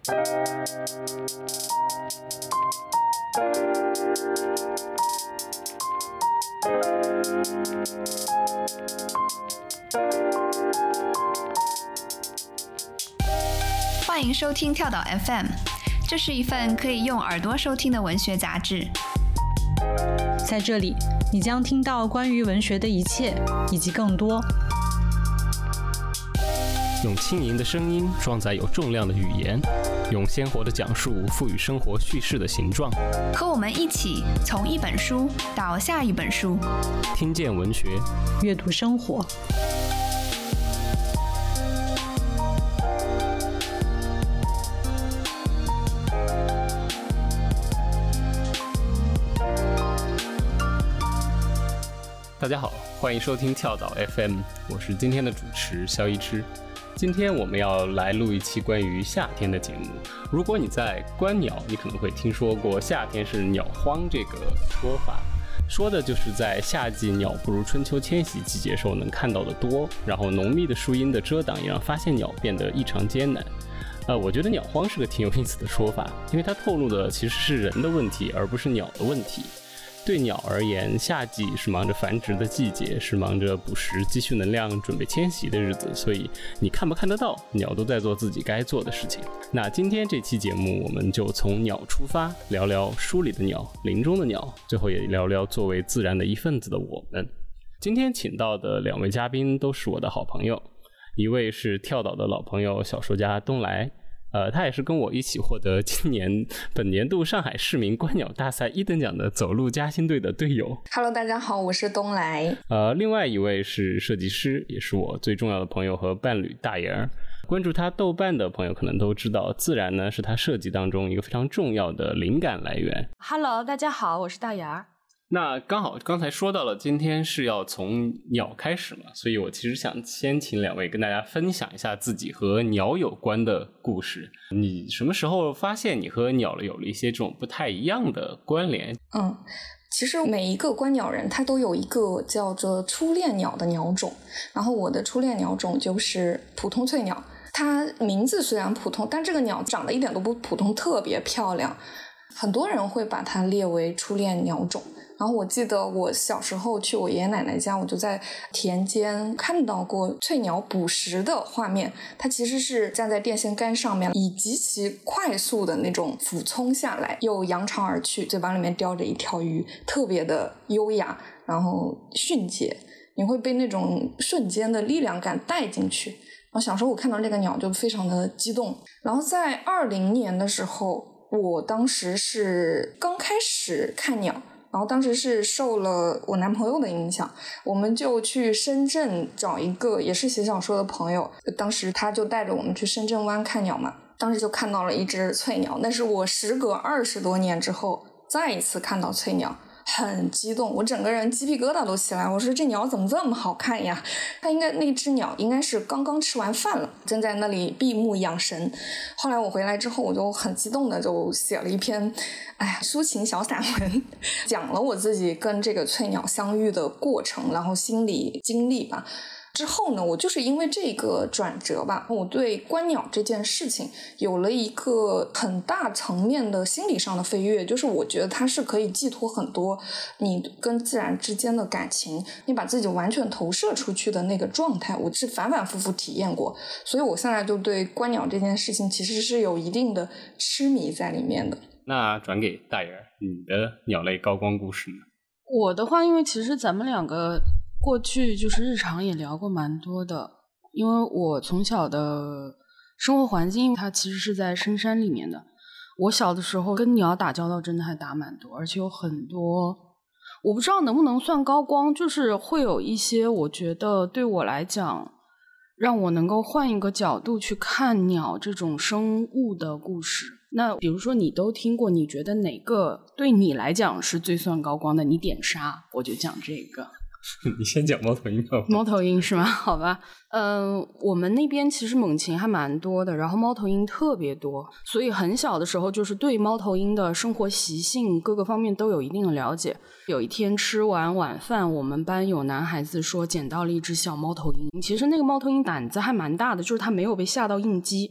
欢迎收听跳岛 FM， 这是一份可以用耳朵收听的文学杂志。 在这里，你将听到关于文学的一切，以及更多。 用轻盈的声音装载有重量的语言，用鲜活的讲述赋予生活叙事的形状。 和我们一起从一本书到下一本书， 听见文学， 阅读生活。 大家好，欢迎收听跳岛 FM， 我是今天的主持肖一之。今天我们要来录一期关于夏天的节目。如果你在观鸟，你可能会听说过夏天是鸟荒这个说法，说的就是在夏季鸟不如春秋迁徙季节时候能看到的多，然后浓密的树荫的遮挡也让发现鸟变得异常艰难。我觉得鸟荒是个挺有意思的说法，因为它透露的其实是人的问题，而不是鸟的问题。对鸟而言，夏季是忙着繁殖的季节，是忙着捕食、积蓄能量、准备迁徙的日子，所以你看不看得到，鸟都在做自己该做的事情。那今天这期节目，我们就从鸟出发，聊聊书里的鸟、林中的鸟，最后也聊聊作为自然的一份子的我们。今天请到的两位嘉宾都是我的好朋友，一位是跳岛的老朋友小说家东来，他也是跟我一起获得本年度上海市民观鸟大赛1等奖的走路嘉兴队的队友。 Hello， 大家好，我是东来。 另外一位是设计师，也是我最重要的朋友和伴侣大爷。关注他豆瓣的朋友可能都知道，自然呢是他设计当中一个非常重要的灵感来源。 Hello， 大家好，我是大爷。 那刚好刚才说到了今天是要从鸟开始嘛，所以我其实想先请两位跟大家分享一下自己和鸟有关的故事。你什么时候发现你和鸟有了一些这种不太一样的关联？ 其实每一个观鸟人他都有一个叫做初恋鸟的鸟种，然后我的初恋鸟种就是普通翠鸟。它名字虽然普通，但这个鸟长得一点都不普通，特别漂亮，很多人会把它列为初恋鸟种。然后我记得我小时候去我爷爷奶奶家，我就在田间看到过翠鸟捕食的画面。它其实是站在电线杆上面，以极其快速的那种俯冲下来，又扬长而去，嘴巴里面叼着一条鱼，特别的优雅，然后迅捷，你会被那种瞬间的力量感带进去。然后小时候我看到这个鸟就非常的激动。然后在20年的时候，我当时是刚开始看鸟，然后当时是受了我男朋友的影响，我们就去深圳找一个也是写小说的朋友，当时他就带着我们去深圳湾看鸟嘛，当时就看到了一只翠鸟，那是我时隔20多年之后再一次看到翠鸟，很激动，我整个人鸡皮疙瘩都起来，我说这鸟怎么这么好看呀？那只鸟应该是刚刚吃完饭了，正在那里闭目养神。后来我回来之后，我就很激动的就写了一篇抒情小散文，讲了我自己跟这个翠鸟相遇的过程，然后心理经历吧。之后呢，我就是因为这个转折吧，我对观鸟这件事情有了一个很大层面的心理上的飞跃，就是我觉得它是可以寄托很多你跟自然之间的感情，你把自己完全投射出去的那个状态，我是反反复复体验过，所以我现在就对观鸟这件事情其实是有一定的痴迷在里面的。那转给大爷，你的鸟类高光故事呢？ 我的话，因为其实咱们两个过去就是日常也聊过蛮多的，因为我从小的生活环境它其实是在深山里面的，我小的时候跟鸟打交道真的还打蛮多，而且有很多我不知道能不能算高光，就是会有一些我觉得对我来讲让我能够换一个角度去看鸟这种生物的故事。那比如说你都听过，你觉得哪个对你来讲是最算高光的？你点杀，我就讲这个。 你先讲猫头鹰吧。 猫头鹰是吗？好吧。我们那边其实猛禽还蛮多的，然后猫头鹰特别多，所以很小的时候就是对猫头鹰的生活习性各个方面都有一定的了解。有一天吃完晚饭，我们班有男孩子说捡到了一只小猫头鹰，其实那个猫头鹰胆子还蛮大的，就是它没有被吓到应激，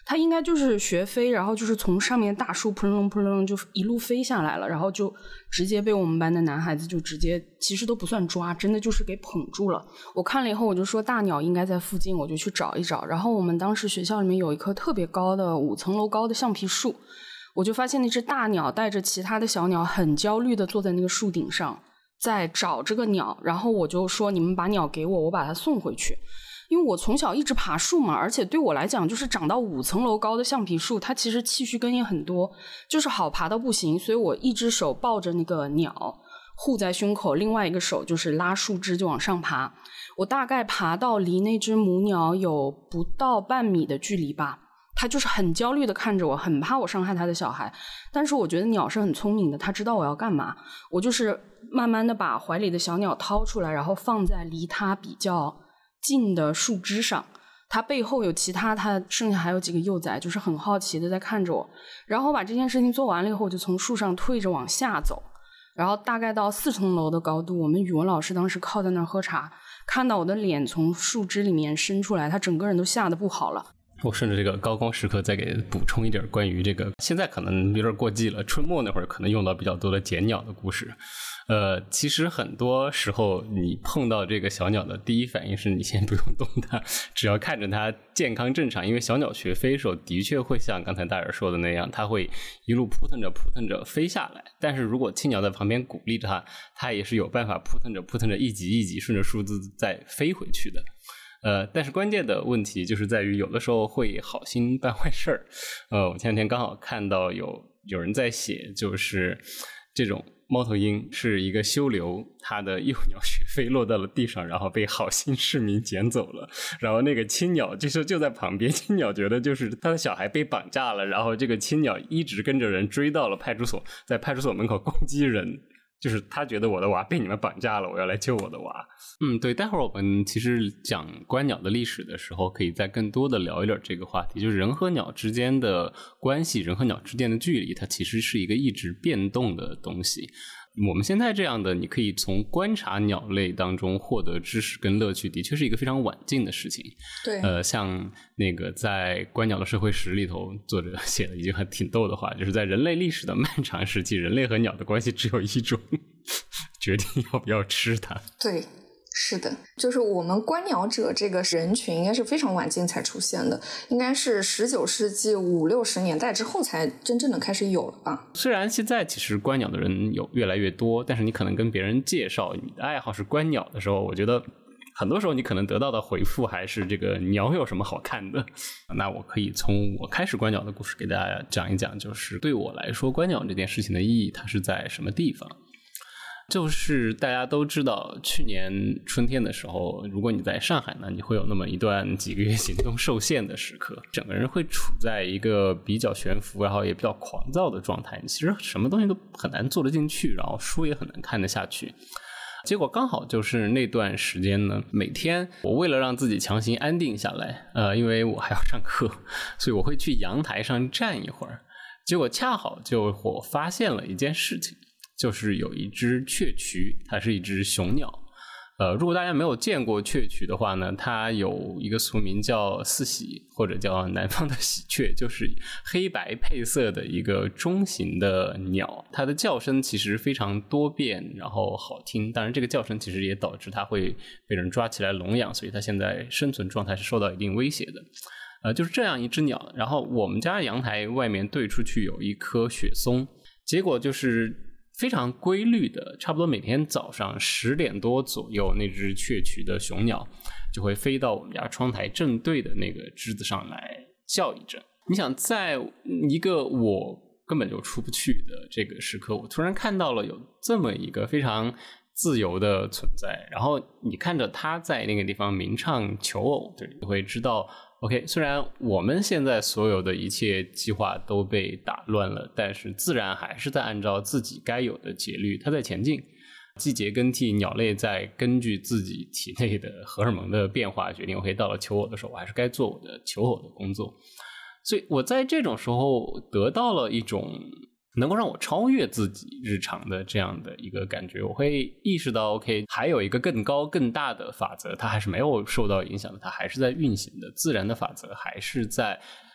它应该就是学飞，然后就是从上面大树扑棱扑棱就一路飞下来了，然后就直接被我们班的男孩子就直接其实都不算抓，真的就是给捧住了。我看了以后我就说大鸟应该在附近，我就去找一找。然后我们当时学校里面有一棵特别高的5层楼高的橡皮树，我就发现那只大鸟带着其他的小鸟很焦虑的坐在那个树顶上在找这个鸟，然后我就说你们把鸟给我，我把它送回去。因为我从小一直爬树嘛，而且对我来讲就是长到5层楼高的橡皮树，它其实气须根也很多，就是好爬到不行，所以我一只手抱着那个鸟护在胸口，另外一个手就是拉树枝就往上爬。我大概爬到离那只母鸟有不到半米的距离吧，它就是很焦虑的看着我，很怕我伤害它的小孩。但是我觉得鸟是很聪明的，它知道我要干嘛。我就是慢慢的把怀里的小鸟掏出来，然后放在离它比较近的树枝上，它背后有其他，它剩下还有几个幼崽，就是很好奇的在看着我。然后把这件事情做完了以后，我就从树上退着往下走，然后大概到4层楼的高度，我们语文老师当时靠在那儿喝茶，看到我的脸从树枝里面伸出来，他整个人都吓得不好了。 我顺着这个高光时刻再给补充一点关于这个，现在可能有点过季了，春末那会儿可能用到比较多的捡鸟的故事。其实很多时候你碰到这个小鸟的第一反应是你先不用动它，只要看着它健康正常，因为小鸟学飞的时候的确会像刚才大人说的那样，它会一路扑腾着飞下来，但是如果青鸟在旁边鼓励它，它也是有办法扑腾着一级一级顺着树枝再飞回去的。但是关键的问题就是在于有的时候会好心办坏事儿。我前两天刚好看到有人在写，就是这种猫头鹰是一个修留，它的幼鸟学飞落到了地上，然后被好心市民捡走了，然后那个青鸟就在旁边，青鸟觉得就是他的小孩被绑架了，然后这个青鸟一直跟着人追到了派出所，在派出所门口攻击人，就是他觉得我的娃被你们绑架了，我要来救我的娃。对，待会儿我们其实讲观鸟的历史的时候，可以再更多的聊一点这个话题，就是人和鸟之间的关系，人和鸟之间的距离，它其实是一个一直变动的东西。我们现在这样的，你可以从观察鸟类当中获得知识跟乐趣，的确是一个非常晚近的事情。 对， 像那个在《观鸟的社会史》里头，作者写的一句挺逗的话，就是在人类历史的漫长时期，人类和鸟的关系只有一种，决定要不要吃它。 对。是的，就是我们观鸟者这个人群应该是非常晚近才出现的，应该是19世纪50、60年代之后才真正的开始有了吧。 虽然现在其实观鸟的人有越来越多，但是你可能跟别人介绍你的爱好是观鸟的时候，我觉得很多时候你可能得到的回复还是这个鸟有什么好看的。那我可以从我开始观鸟的故事给大家讲一讲，就是对我来说观鸟这件事情的意义它是在什么地方。就是大家都知道去年春天的时候，如果你在上海呢，你会有那么一段几个月行动受限的时刻，整个人会处在一个比较悬浮然后也比较狂躁的状态，其实什么东西都很难做得进去，然后书也很难看得下去。结果刚好就是那段时间呢，每天我为了让自己强行安定下来，因为我还要上课，所以我会去阳台上站一会儿。结果恰好就我发现了一件事情，就是有一只雀渠，它是一只雄鸟。如果大家没有见过雀渠的话呢，它有一个俗名叫四喜，或者叫南方的喜鹊，就是黑白配色的一个中型的鸟。它的叫声其实非常多变，然后好听。当然这个叫声其实也导致它会被人抓起来笼养，所以它现在生存状态是受到一定威胁的。就是这样一只鸟，然后我们家阳台外面对出去有一棵雪松，结果就是非常规律的，差不多每天早上10点多左右，那只雀渠的雄鸟就会飞到我们家窗台正对的那个枝子上来叫一阵。你想，在一个我根本就出不去的这个时刻，我突然看到了有这么一个非常自由的存在，然后你看着它在那个地方鸣唱求偶，对，你会知道 OK， 虽然我们现在所有的一切计划都被打乱了，但是自然还是在按照自己该有的节律，它在前进。季节更替，鸟类在根据自己体内的荷尔蒙的变化决定 OK， 到了求偶的时候，我还是该做我的求偶的工作。所以我在这种时候得到了一种能够让我超越自己日常的这样的一个感觉，我会意识到 OK， 还有一个更高更大的法则，它还是没有受到影响的，它还是在运行的，自然的法则还是在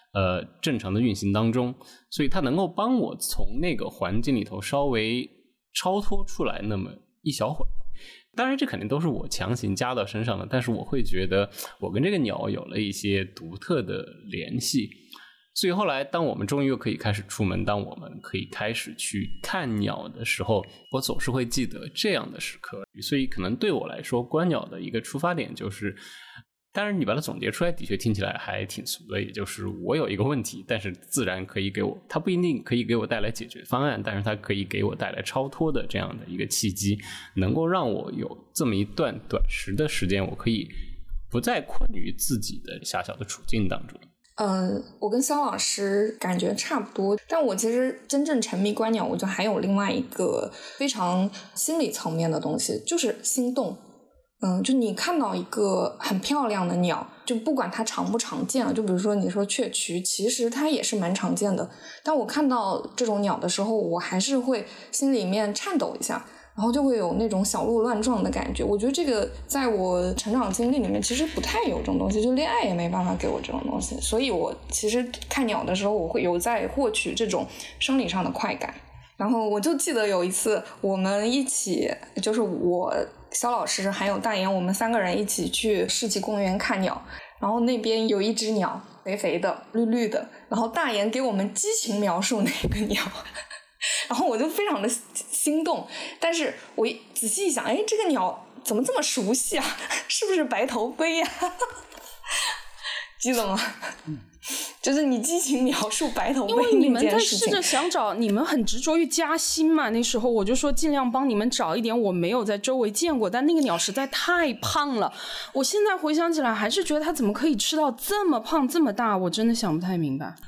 正常的运行当中，所以它能够帮我从那个环境里头稍微超脱出来那么一小会儿。当然这肯定都是我强行加到身上的，但是我会觉得我跟这个鸟有了一些独特的联系。所以后来当我们终于又可以开始出门，当我们可以开始去看鸟的时候，我总是会记得这样的时刻。所以可能对我来说，观鸟的一个出发点就是，当然你把它总结出来的确听起来还挺俗的，也就是我有一个问题，但是自然可以给我，它不一定可以给我带来解决方案，但是它可以给我带来超脱的这样的一个契机，能够让我有这么一段短时的时间，我可以不再困于自己的狭小的处境当中。 我跟肖老师感觉差不多，但我其实真正沉迷观鸟，我觉得还有另外一个非常心理层面的东西，就是心动。就你看到一个很漂亮的鸟，就不管它常不常见了，就比如说你说雀渠，其实它也是蛮常见的，但我看到这种鸟的时候，我还是会心里面颤抖一下，然后就会有那种小鹿乱撞的感觉。我觉得这个在我成长经历里面其实不太有这种东西，就恋爱也没办法给我这种东西，所以我其实看鸟的时候，我会有在获取这种生理上的快感。然后我就记得有一次我们一起，就是我肖老师还有大岩，我们3个人一起去世纪公园看鸟，然后那边有一只鸟，肥肥的绿绿的，然后大岩给我们激情描述那个鸟，然后我就非常的心动，但是我仔细一想，哎，这个鸟怎么这么熟悉啊？是不是白头鹎啊？记得吗？就是你激情描述白头鹎那件事情， 因为你们在试着想找，你们很执着于加薪嘛。那时候我就说尽量帮你们找一点我没有在周围见过，但那个鸟实在太胖了。我现在回想起来，还是觉得它怎么可以吃到这么胖这么大，我真的想不太明白。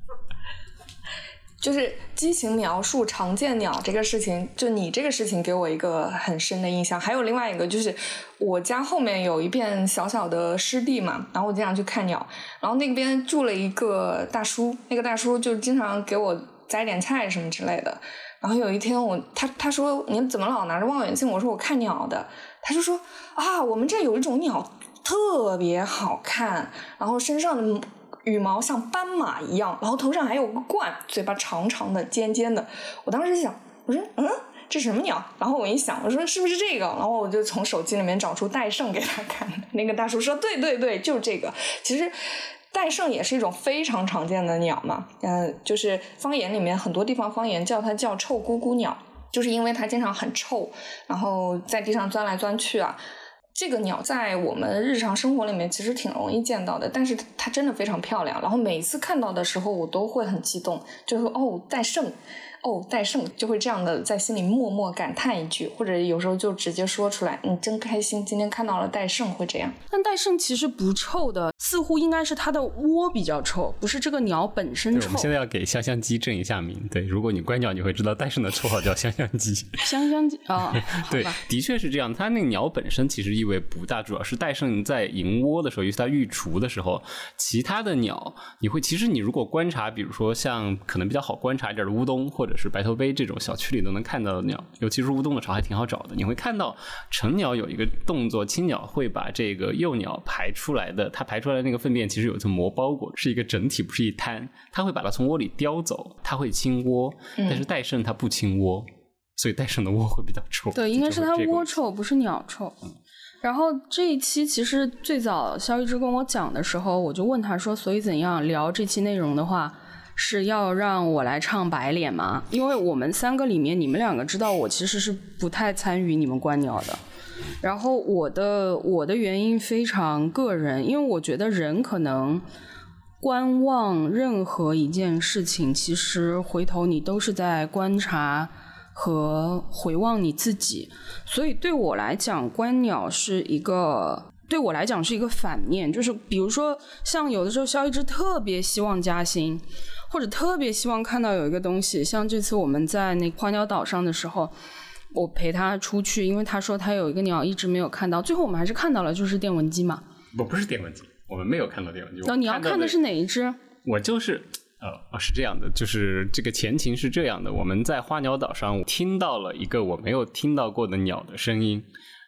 就是激情描述常见鸟这个事情，就你这个事情给我一个很深的印象。还有另外一个，就是我家后面有一片小小的湿地嘛，然后我经常去看鸟，然后那边住了一个大叔，那个大叔就经常给我摘点菜什么之类的。然后有一天他说你怎么老拿着望远镜？我说我看鸟的。他就说啊，我们这有一种鸟特别好看，然后身上的羽毛像斑马一样，然后头上还有个冠，嘴巴长长的尖尖的。我当时想，我说这是什么鸟？然后我一想，我说是不是这个？然后我就从手机里面找出戴胜给他看。那个大叔说对对对，就是这个。其实戴胜也是一种非常常见的鸟嘛，就是方言里面很多地方方言叫它叫臭咕咕鸟，就是因为它经常很臭，然后在地上钻来钻去啊。这个鸟在我们日常生活里面其实挺容易见到的，但是它真的非常漂亮，然后每一次看到的时候我都会很激动，就会戴胜，戴胜，就会这样的在心里默默感叹一句，或者有时候就直接说出来，真开心今天看到了戴胜，会这样。 但戴胜其实不臭的，似乎应该是它的窝比较臭，不是这个鸟本身臭。 我们现在要给香香鸡正一下名，对，如果你观鸟你会知道戴胜的绰号叫香香鸡。香香鸡啊， 对，的确是这样。它那个鸟本身其实意味不大，主要是戴胜在营窝的时候，尤其它育雏的时候，其他的鸟其实你如果观察，比如说像可能比较好观察一点的乌冬或者是白头鹎这种小区里都能看到的鸟，尤其是乌冬的巢还挺好找的。你会看到成鸟有一个动作，青鸟会把这个幼鸟排出来的，它排出来的那个粪便其实有一层膜包裹，是一个整体，不是一滩，它会把它从窝里叼走，它会清窝，但是戴胜它不清窝，所以戴胜的窝会比较臭。 对，应该是它窝臭，不是鸟臭。然后这一期其实最早肖一之跟我讲的时候，我就问他说，所以怎样聊这期内容的话，是要让我来唱白脸吗？因为我们3个里面，你们2个知道我其实是不太参与你们观鸟的。然后我的原因非常个人，因为我觉得人可能观望任何一件事情，其实回头你都是在观察和回望你自己，所以对我来讲，观鸟是一个反面，就是比如说像有的时候肖一之特别希望加薪，或者特别希望看到有一个东西，像这次我们在那花鸟岛上的时候，我陪他出去，因为他说他有一个鸟一直没有看到，最后我们还是看到了，就是电蚊鸡嘛。不是电蚊鸡，我们没有看到电蚊鸡。那你要看的是哪一只？我就是是这样的，就是这个前情是这样的，我们在花鸟岛上听到了一个我没有听到过的鸟的声音，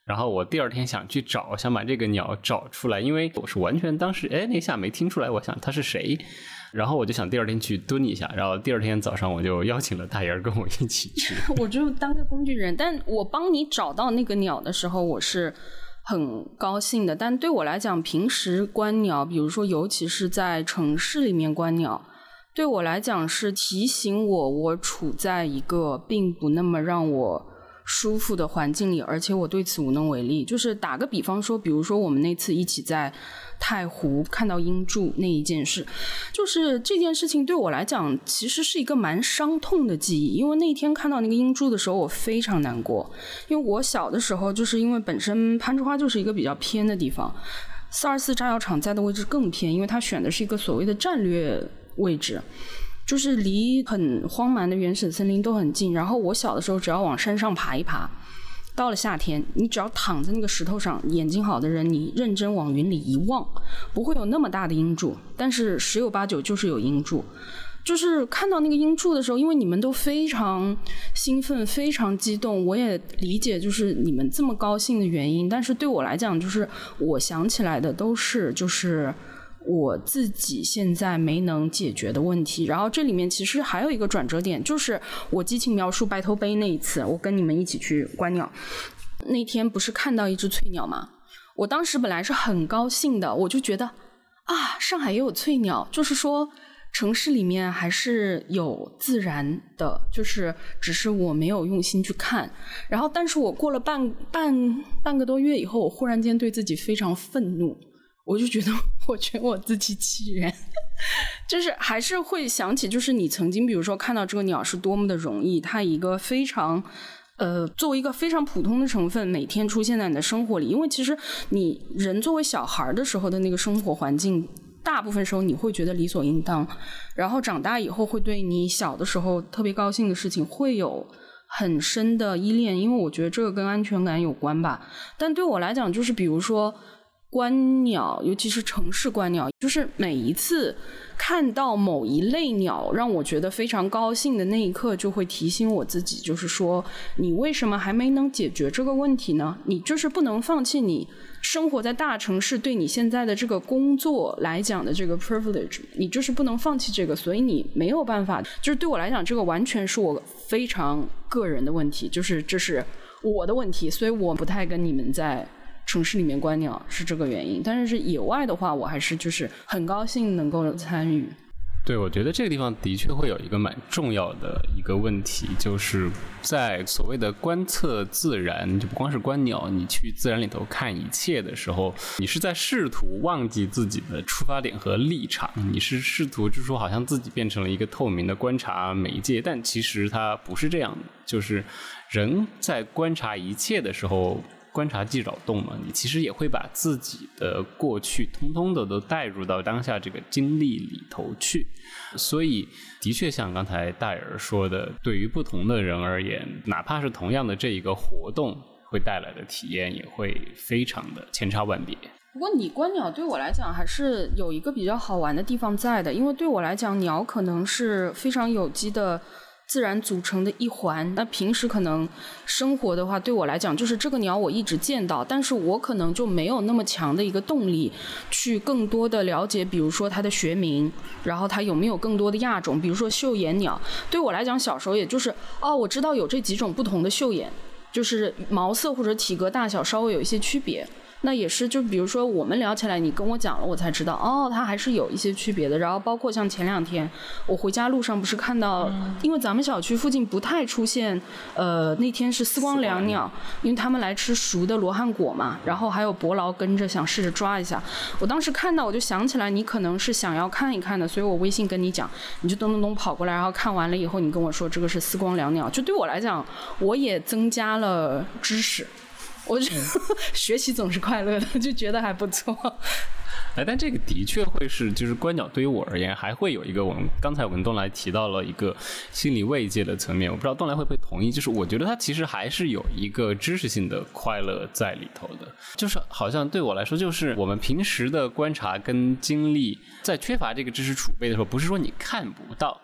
然后我第二天想去找，想把这个鸟找出来，因为我是完全当时那下没听出来，我想他是谁，然后我就想第二天去蹲一下，然后第二天早上我就邀请了大爷跟我一起去。 我就当个工具人，但我帮你找到那个鸟的时候，我是很高兴的。但对我来讲，平时观鸟，比如说尤其是在城市里面观鸟，对我来讲是提醒我处在一个并不那么让我舒服的环境里，而且我对此无能为力。就是打个比方说，比如说我们那次一起在太湖看到鹰柱那一件事，就是这件事情对我来讲其实是一个蛮伤痛的记忆。因为那天看到那个鹰柱的时候，我非常难过，因为我小的时候就是因为本身攀枝花就是一个比较偏的地方，424炸药厂在的位置更偏，因为它选的是一个所谓的战略位置，就是离很荒蛮的原始森林都很近。然后我小的时候只要往山上爬一爬，到了夏天你只要躺在那个石头上，眼睛好的人你认真往云里一望，不会有那么大的鹰柱，但是十有八九就是有鹰柱。就是看到那个鹰柱的时候，因为你们都非常兴奋非常激动，我也理解就是你们这么高兴的原因，但是对我来讲就是我想起来的都是就是我自己现在没能解决的问题。然后这里面其实还有一个转折点，就是我激情描述白头杯那一次，我跟你们一起去观鸟，那天不是看到一只翠鸟吗？我当时本来是很高兴的，我就觉得啊，上海也有翠鸟，就是说城市里面还是有自然的，就是只是我没有用心去看。然后但是我过了半个多月以后，我忽然间对自己非常愤怒，我就觉得我自欺欺人就是还是会想起就是你曾经比如说看到这个鸟是多么的容易，它一个非常作为一个非常普通的成分每天出现在你的生活里。因为其实你人作为小孩的时候的那个生活环境大部分时候你会觉得理所应当，然后长大以后会对你小的时候特别高兴的事情会有很深的依恋，因为我觉得这个跟安全感有关吧。但对我来讲就是比如说观鸟，尤其是城市观鸟，就是每一次看到某一类鸟让我觉得非常高兴的那一刻，就会提醒我自己，就是说你为什么还没能解决这个问题呢？你就是不能放弃你生活在大城市对你现在的这个工作来讲的这个 privilege， 你就是不能放弃这个，所以你没有办法，就是对我来讲这个完全是我非常个人的问题，就是这是我的问题，所以我不太跟你们在城市里面观鸟是这个原因。但是野外的话我还是就是很高兴能够参与。 对，我觉得这个地方的确会有一个蛮重要的一个问题，就是在所谓的观测自然，就不光是观鸟，你去自然里头看一切的时候，你是在试图忘记自己的出发点和立场，你是试图就是说好像自己变成了一个透明的观察媒介，但其实它不是这样的。就是人在观察一切的时候，观察即扰动嘛，你其实也会把自己的过去通通的都带入到当下这个经历里头去。所以的确像刚才大耳说的，对于不同的人而言，哪怕是同样的这一个活动会带来的体验也会非常的千差万别。 不过你观鸟对我来讲还是有一个比较好玩的地方在的，因为对我来讲鸟可能是非常有机的自然组成的一环。那平时可能生活的话，对我来讲就是这个鸟我一直见到，但是我可能就没有那么强的一个动力去更多的了解，比如说它的学名，然后它有没有更多的亚种，比如说绣眼鸟。对我来讲小时候也就是我知道有这几种不同的绣眼，就是毛色或者体格大小稍微有一些区别。那也是就比如说我们聊起来你跟我讲了我才知道它还是有一些区别的。然后包括像前2天我回家路上不是看到因为咱们小区附近不太出现那天是丝光椋鸟，因为他们来吃熟的罗汉果嘛，然后还有伯劳跟着想试着抓一下。我当时看到我就想起来你可能是想要看一看的，所以我微信跟你讲，你就咚咚咚跑过来，然后看完了以后你跟我说这个是丝光椋鸟。就对我来讲我也增加了知识，我觉得学习总是快乐的，就觉得还不错。 但这个的确会是就是观鸟对于我而言还会有一个，我们刚才文东来提到了一个心理慰藉的层面，我不知道东来会不会同意，就是我觉得它其实还是有一个知识性的快乐在里头的。就是好像对我来说，就是我们平时的观察跟经历在缺乏这个知识储备的时候，不是说你看不到，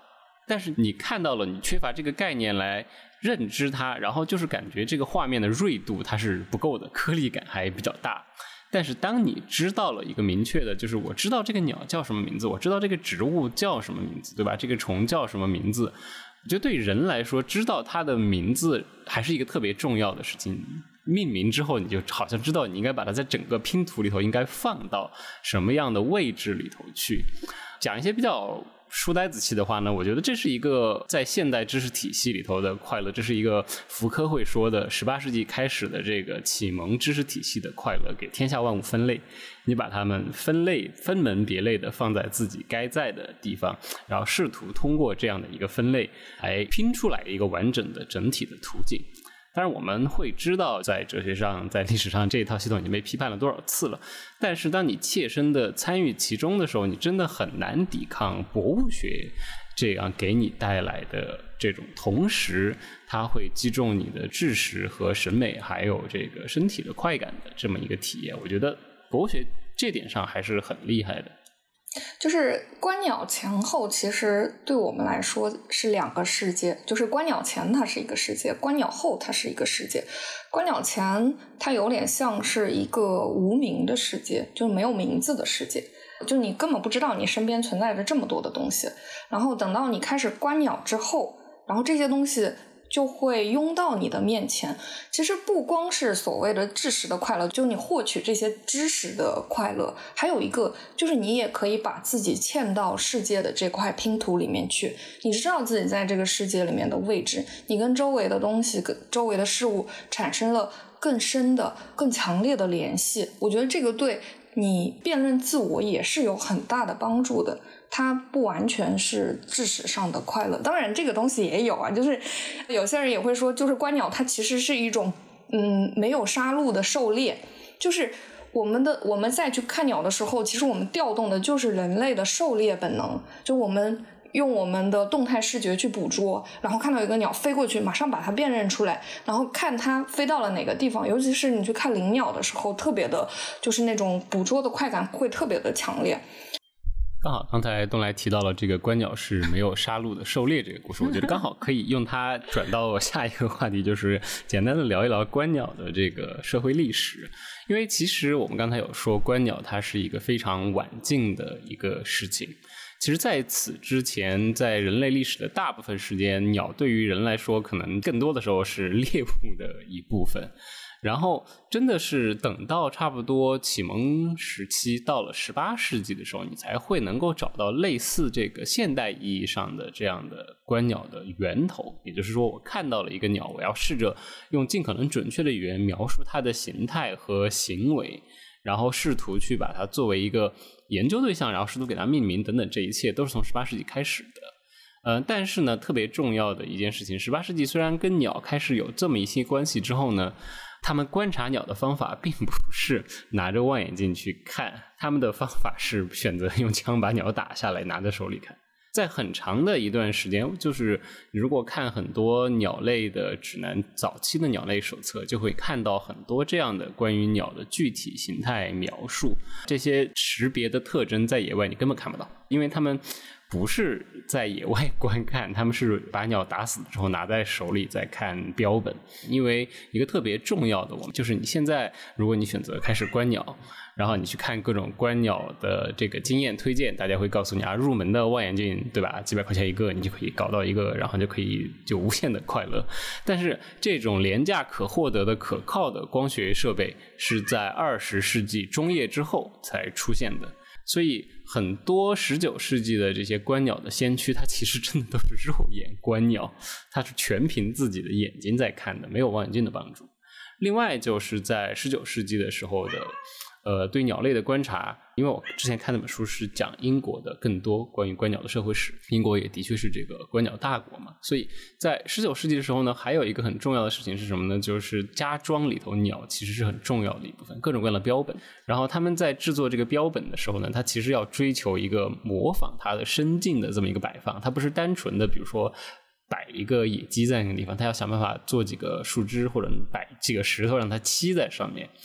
但是你看到了，你缺乏这个概念来认知它，然后就是感觉这个画面的锐度它是不够的，颗粒感还比较大。但是当你知道了一个明确的，就是我知道这个鸟叫什么名字，我知道这个植物叫什么名字，对吧？这个虫叫什么名字，我觉得对人来说，知道它的名字还是一个特别重要的事情。命名之后，你就好像知道你应该把它在整个拼图里头应该放到什么样的位置里头去。讲一些比较书呆子气的话呢，我觉得这是一个在现代知识体系里头的快乐，这是一个福柯会说的18世纪开始的这个启蒙知识体系的快乐，给天下万物分类，你把它们分类分门别类的放在自己该在的地方，然后试图通过这样的一个分类来拼出来一个完整的整体的图景。当然我们会知道在哲学上在历史上这一套系统已经被批判了多少次了，但是当你切身的参与其中的时候，你真的很难抵抗博物学这样给你带来的这种，同时它会击中你的知识和审美还有这个身体的快感的这么一个体验。我觉得博物学这点上还是很厉害的。 就是观鸟前后其实对我们来说是两个世界，就是观鸟前它是一个世界，观鸟后它是一个世界。观鸟前它有点像是一个无名的世界，就是没有名字的世界，就你根本不知道你身边存在着这么多的东西，然后等到你开始观鸟之后，然后这些东西就会拥到你的面前。其实不光是所谓的知识的快乐，就你获取这些知识的快乐，还有一个就是你也可以把自己嵌到世界的这块拼图里面去，你知道自己在这个世界里面的位置，你跟周围的东西跟周围的事物产生了更深的更强烈的联系。我觉得这个对你辨认自我也是有很大的帮助的，它不完全是知识上的快乐。当然这个东西也有啊，就是有些人也会说，就是观鸟它其实是一种没有杀戮的狩猎，就是我们再去看鸟的时候，其实我们调动的就是人类的狩猎本能，就我们用我们的动态视觉去捕捉，然后看到一个鸟飞过去，马上把它辨认出来，然后看它飞到了哪个地方。尤其是你去看灵鸟的时候，特别的就是那种捕捉的快感会特别的强烈。 刚好刚才东来提到了这个观鸟是没有杀戮的狩猎这个故事，我觉得刚好可以用它转到下一个话题，就是简单的聊一聊观鸟的这个社会历史。因为其实我们刚才有说观鸟它是一个非常晚近的一个事情，其实在此之前，在人类历史的大部分时间，鸟对于人来说可能更多的时候是猎物的一部分。然后真的是等到差不多启蒙时期到了18世纪的时候，你才会能够找到类似这个现代意义上的这样的观鸟的源头。也就是说，我看到了一个鸟，我要试着用尽可能准确的语言描述它的形态和行为，然后试图去把它作为一个研究对象，然后试图给它命名等等，这一切都是从18世纪开始的。但是呢，特别重要的一件事情，18世纪虽然跟鸟开始有这么一些关系之后呢，他们观察鸟的方法并不是拿着望远镜去看，他们的方法是选择用枪把鸟打下来拿在手里看。在很长的一段时间，就是如果看很多鸟类的指南，早期的鸟类手册，就会看到很多这样的关于鸟的具体形态描述。这些识别的特征在野外你根本看不到，因为他们不是在野外观看，他们是把鸟打死之后拿在手里再看标本。因为一个特别重要的，就是你现在如果你选择开始观鸟，然后你去看各种观鸟的这个经验推荐，大家会告诉你啊，入门的望远镜对吧，几百块钱一个，你就可以搞到一个，然后就可以就无限的快乐。但是这种廉价可获得的可靠的光学设备是在20世纪中叶之后才出现的。所以很多19世纪的这些观鸟的先驱，他其实真的都是肉眼观鸟，他是全凭自己的眼睛在看的，没有望远镜的帮助。另外就是在19世纪的时候的对鸟类的观察，因为我之前看那本书是讲英国的更多关于观鸟的社会史，英国也的确是这个观鸟大国嘛，所以在19世纪的时候呢，还有一个很重要的事情是什么呢？就是家装里头鸟其实是很重要的一部分，各种各样的标本。然后他们在制作这个标本的时候呢，他其实要追求一个模仿它的生境的这么一个摆放，它不是单纯的比如说摆一个野鸡在那个地方，他要想办法做几个树枝或者摆几个石头让它栖在上面。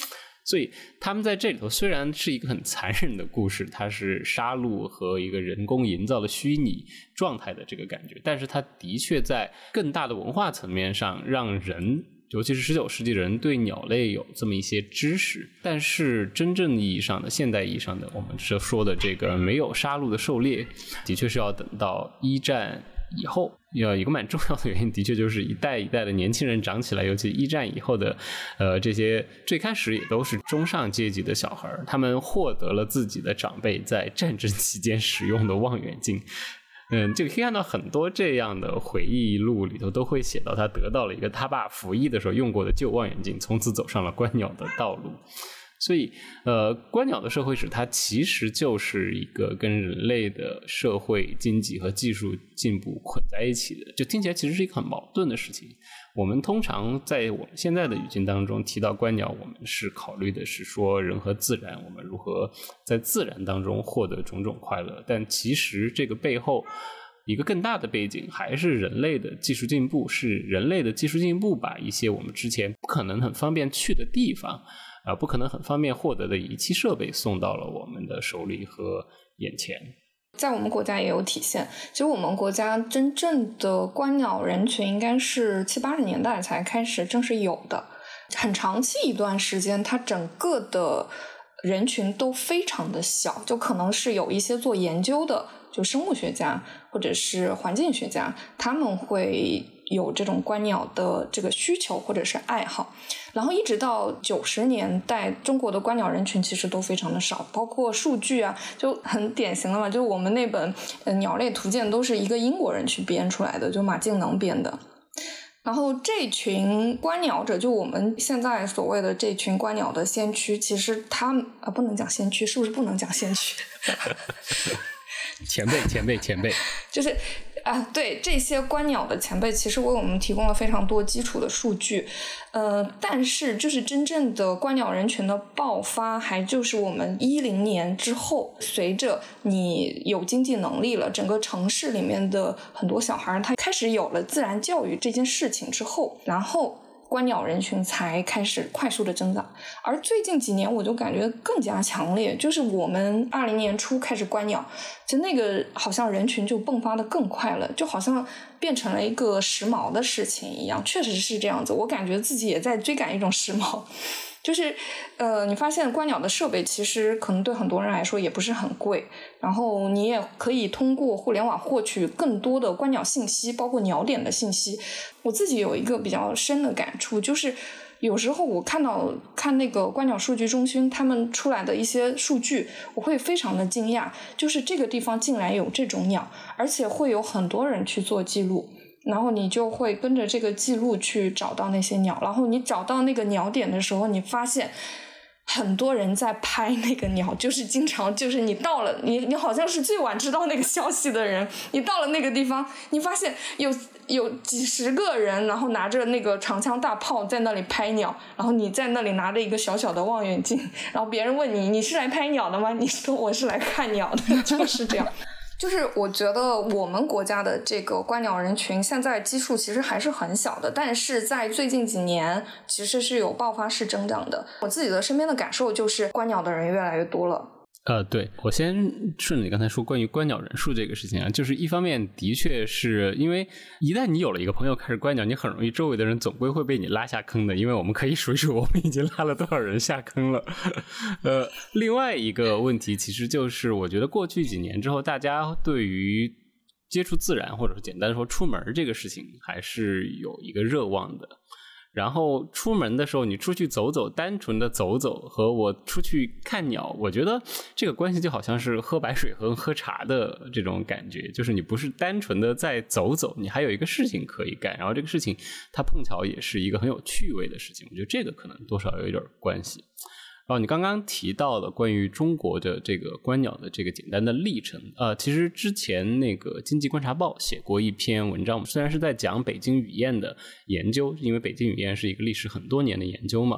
所以他们在这里头虽然是一个很残忍的故事，它是杀戮和一个人工营造的虚拟状态的这个感觉，但是它的确在更大的文化层面上让人，尤其是19世纪的人对鸟类有这么一些知识。但是真正意义上的现代意义上的我们说的这个没有杀戮的狩猎，的确是要等到一战以后。有一个蛮重要的原因的确就是一代一代的年轻人长起来，尤其一战以后的这些最开始也都是中上阶级的小孩，他们获得了自己的长辈在战争期间使用的望远镜。这个可以看到很多这样的回忆录里头都会写到他得到了一个他爸服役的时候用过的旧望远镜，从此走上了观鸟的道路。所以观鸟的社会史它其实就是一个跟人类的社会经济和技术进步捆在一起的，就听起来其实是一个很矛盾的事情。我们通常在我们现在的语境当中提到观鸟，我们是考虑的是说人和自然，我们如何在自然当中获得种种快乐，但其实这个背后一个更大的背景还是人类的技术进步，是人类的技术进步把一些我们之前不可能很方便去的地方不可能很方便获得的仪器设备送到了我们的手里和眼前。 在我们国家也有体现，其实我们国家真正的观鸟人群应该是70、80年代才开始正式有的，很长期一段时间它整个的人群都非常的小，就可能是有一些做研究的，就生物学家或者是环境学家，他们会有这种观鸟的这个需求或者是爱好。然后一直到90年代，中国的观鸟人群其实都非常的少，包括数据啊，就很典型了嘛，就是我们那本鸟类图鉴都是一个英国人去编出来的，就马敬能编的。然后这群观鸟者，就我们现在所谓的这群观鸟的先驱，其实他们不能讲先驱，是不是不能讲先驱？ 前辈就是对，这些观鸟的前辈其实为我们提供了非常多基础的数据，但是就是真正的观鸟人群的爆发，还就是我们10年之后，随着你有经济能力了，整个城市里面的很多小孩他开始有了自然教育这件事情之后，然后观鸟人群才开始快速的增长。而最近几年我就感觉更加强烈，就是我们20年初开始观鸟，就那个好像人群就迸发的更快了，就好像变成了一个时髦的事情一样。确实是这样子，我感觉自己也在追赶一种时髦。就是你发现观鸟的设备其实可能对很多人来说也不是很贵，然后你也可以通过互联网获取更多的观鸟信息，包括鸟点的信息。我自己有一个比较深的感触，就是有时候我看那个观鸟数据中心他们出来的一些数据，我会非常的惊讶，就是这个地方竟然有这种鸟，而且会有很多人去做记录，然后你就会跟着这个记录去找到那些鸟，然后你找到那个鸟点的时候，你发现很多人在拍那个鸟，就是经常就是你到了你好像是最晚知道那个消息的人，你到了那个地方，你发现有几十个人，然后拿着那个长枪大炮在那里拍鸟，然后你在那里拿着一个小小的望远镜，然后别人问你是来拍鸟的吗？你说我是来看鸟的，就是这样。就是我觉得我们国家的这个观鸟人群现在基数其实还是很小的，但是在最近几年其实是有爆发式增长的。我自己的身边的感受就是观鸟的人越来越多了。 对，我先顺着你刚才说关于观鸟人数这个事情啊，就是一方面的确是因为一旦你有了一个朋友开始观鸟，你很容易周围的人总归会被你拉下坑的，因为我们可以数一数我们已经拉了多少人下坑了。另外一个问题其实就是我觉得过去几年之后，大家对于接触自然或者是简单说出门这个事情还是有一个热望的。然后出门的时候你出去走走，单纯的走走和我出去看鸟，我觉得这个关系就好像是喝白水和喝茶的这种感觉，就是你不是单纯的在走走，你还有一个事情可以干，然后这个事情它碰巧也是一个很有趣味的事情，我觉得这个可能多少有一点关系。然后你刚刚提到了关于中国的这个观鸟的这个简单的历程，其实之前那个经济观察报写过一篇文章，虽然是在讲北京雨燕的研究，因为北京雨燕是一个历史很多年的研究嘛，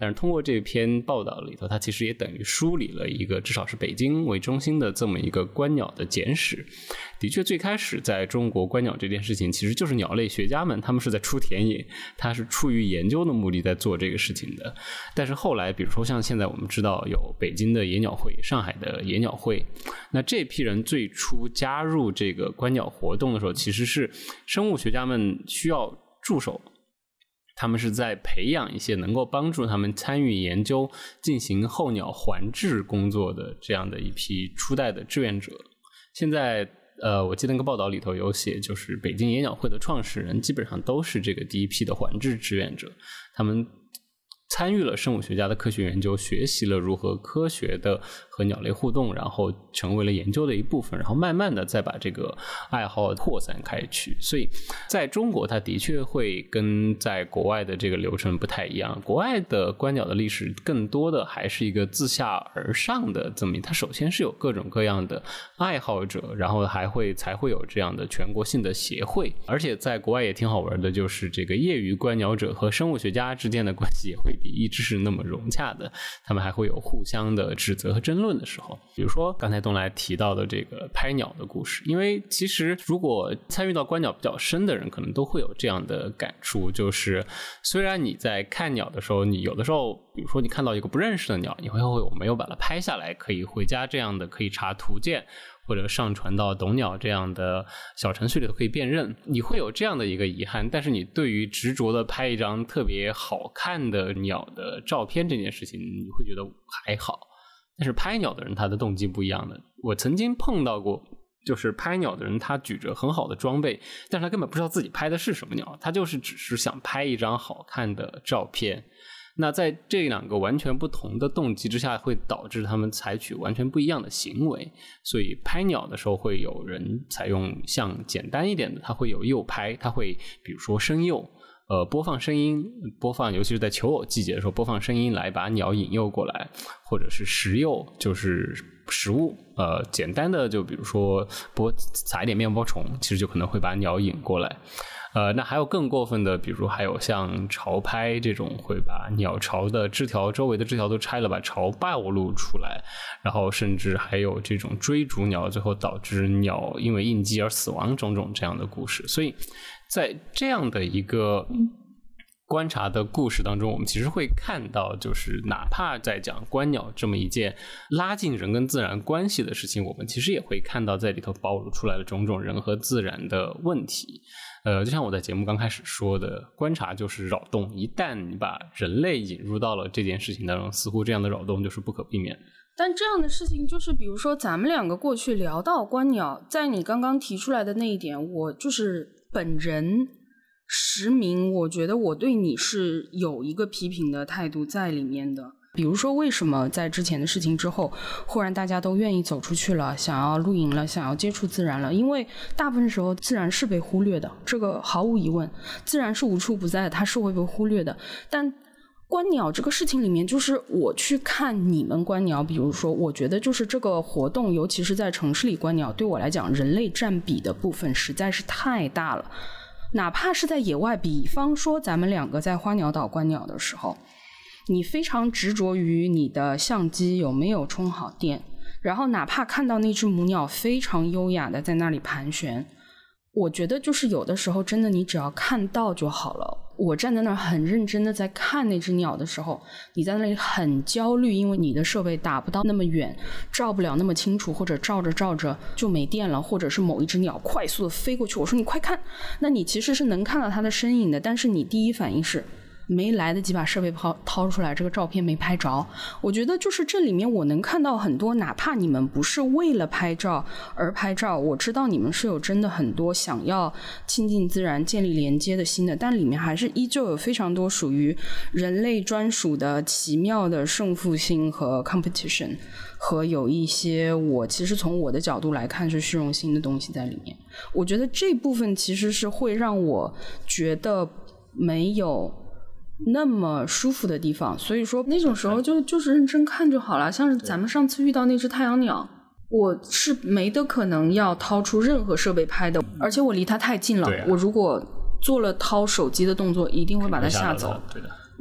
但是通过这篇报道里头，它其实也等于梳理了一个至少是北京为中心的这么一个观鸟的简史。的确最开始在中国观鸟这件事情其实就是鸟类学家们他们是在出田野，他是出于研究的目的在做这个事情的。但是后来比如说像现在我们知道有北京的野鸟会，上海的野鸟会，那这批人最初加入这个观鸟活动的时候，其实是生物学家们需要助手，他们是在培养一些能够帮助他们参与研究进行候鸟环治工作的这样的一批初代的志愿者。现在我记得那个报道里头有写，就是北京野鸟会的创始人基本上都是这个第一批的环治志愿者，他们参与了生物学家的科学研究，学习了如何科学的和鸟类互动，然后成为了研究的一部分，然后慢慢的再把这个爱好扩散开去。所以在中国它的确会跟在国外的这个流程不太一样，国外的观鸟的历史更多的还是一个自下而上的这么，它首先是有各种各样的爱好者，然后才会有这样的全国性的协会。而且在国外也挺好玩的，就是这个业余观鸟者和生物学家之间的关系也会比一直是那么融洽的，他们还会有互相的指责和争论的时候。比如说刚才东来提到的这个拍鸟的故事，因为其实如果参与到观鸟比较深的人可能都会有这样的感触，就是虽然你在看鸟的时候，你有的时候比如说你看到一个不认识的鸟，你会有没有把它拍下来，可以回家这样的可以查图鉴，或者上传到懂鸟这样的小程序里头可以辨认，你会有这样的一个遗憾。但是你对于执着的拍一张特别好看的鸟的照片这件事情，你会觉得还好。但是拍鸟的人他的动机不一样的，我曾经碰到过就是拍鸟的人，他举着很好的装备，但是他根本不知道自己拍的是什么鸟，他就是只是想拍一张好看的照片。那在这两个完全不同的动机之下，会导致他们采取完全不一样的行为。所以拍鸟的时候会有人采用像简单一点的，他会有诱拍，他会比如说声诱，播放声音，尤其是在求偶季节的时候播放声音来把鸟引诱过来，或者是食诱，就是食物，简单的就比如说撒一点面包虫，其实就可能会把鸟引过来。那还有更过分的，比如还有像巢拍这种，会把鸟巢的枝条周围的枝条都拆了，把巢暴露出来，然后甚至还有这种追逐鸟，最后导致鸟因为应激而死亡种种这样的故事。所以在这样的一个观察的故事当中，我们其实会看到，就是哪怕在讲观鸟这么一件拉近人跟自然关系的事情，我们其实也会看到在里头暴露出来的种种人和自然的问题。就像我在节目刚开始说的，观察就是扰动，一旦你把人类引入到了这件事情当中，似乎这样的扰动就是不可避免的。 但这样的事情就是比如说咱们两个过去聊到观鸟，在你刚刚提出来的那一点，我就是本人实名，我觉得我对你是有一个批评的态度在里面的。比如说为什么在之前的事情之后忽然大家都愿意走出去了，想要露营了，想要接触自然了，因为大部分时候自然是被忽略的，这个毫无疑问，自然是无处不在的，它是会被忽略的。但观鸟这个事情里面，就是我去看你们观鸟，比如说我觉得就是这个活动，尤其是在城市里观鸟，对我来讲人类占比的部分实在是太大了。哪怕是在野外，比方说咱们两个在花鸟岛观鸟的时候，你非常执着于你的相机有没有充好电，然后哪怕看到那只母鸟非常优雅的在那里盘旋，我觉得就是有的时候真的你只要看到就好了。我站在那儿很认真的在看那只鸟的时候，你在那里很焦虑，因为你的设备打不到那么远，照不了那么清楚，或者照着照着就没电了，或者是某一只鸟快速的飞过去，我说你快看，那你其实是能看到它的身影的，但是你第一反应是没来得及把设备掏出来，这个照片没拍着。我觉得就是这里面我能看到很多，哪怕你们不是为了拍照而拍照，我知道你们是有真的很多想要亲近自然建立连接的心的，但里面还是依旧有非常多属于人类专属的奇妙的胜负心和 competition， 和有一些我其实从我的角度来看是虚荣心的东西在里面。我觉得这部分其实是会让我觉得没有那么舒服的地方，所以说那种时候就是认真看就好了。像是咱们上次遇到那只太阳鸟，我是没得可能要掏出任何设备拍的，而且我离它太近了，我如果做了掏手机的动作一定会把它吓走。 对的。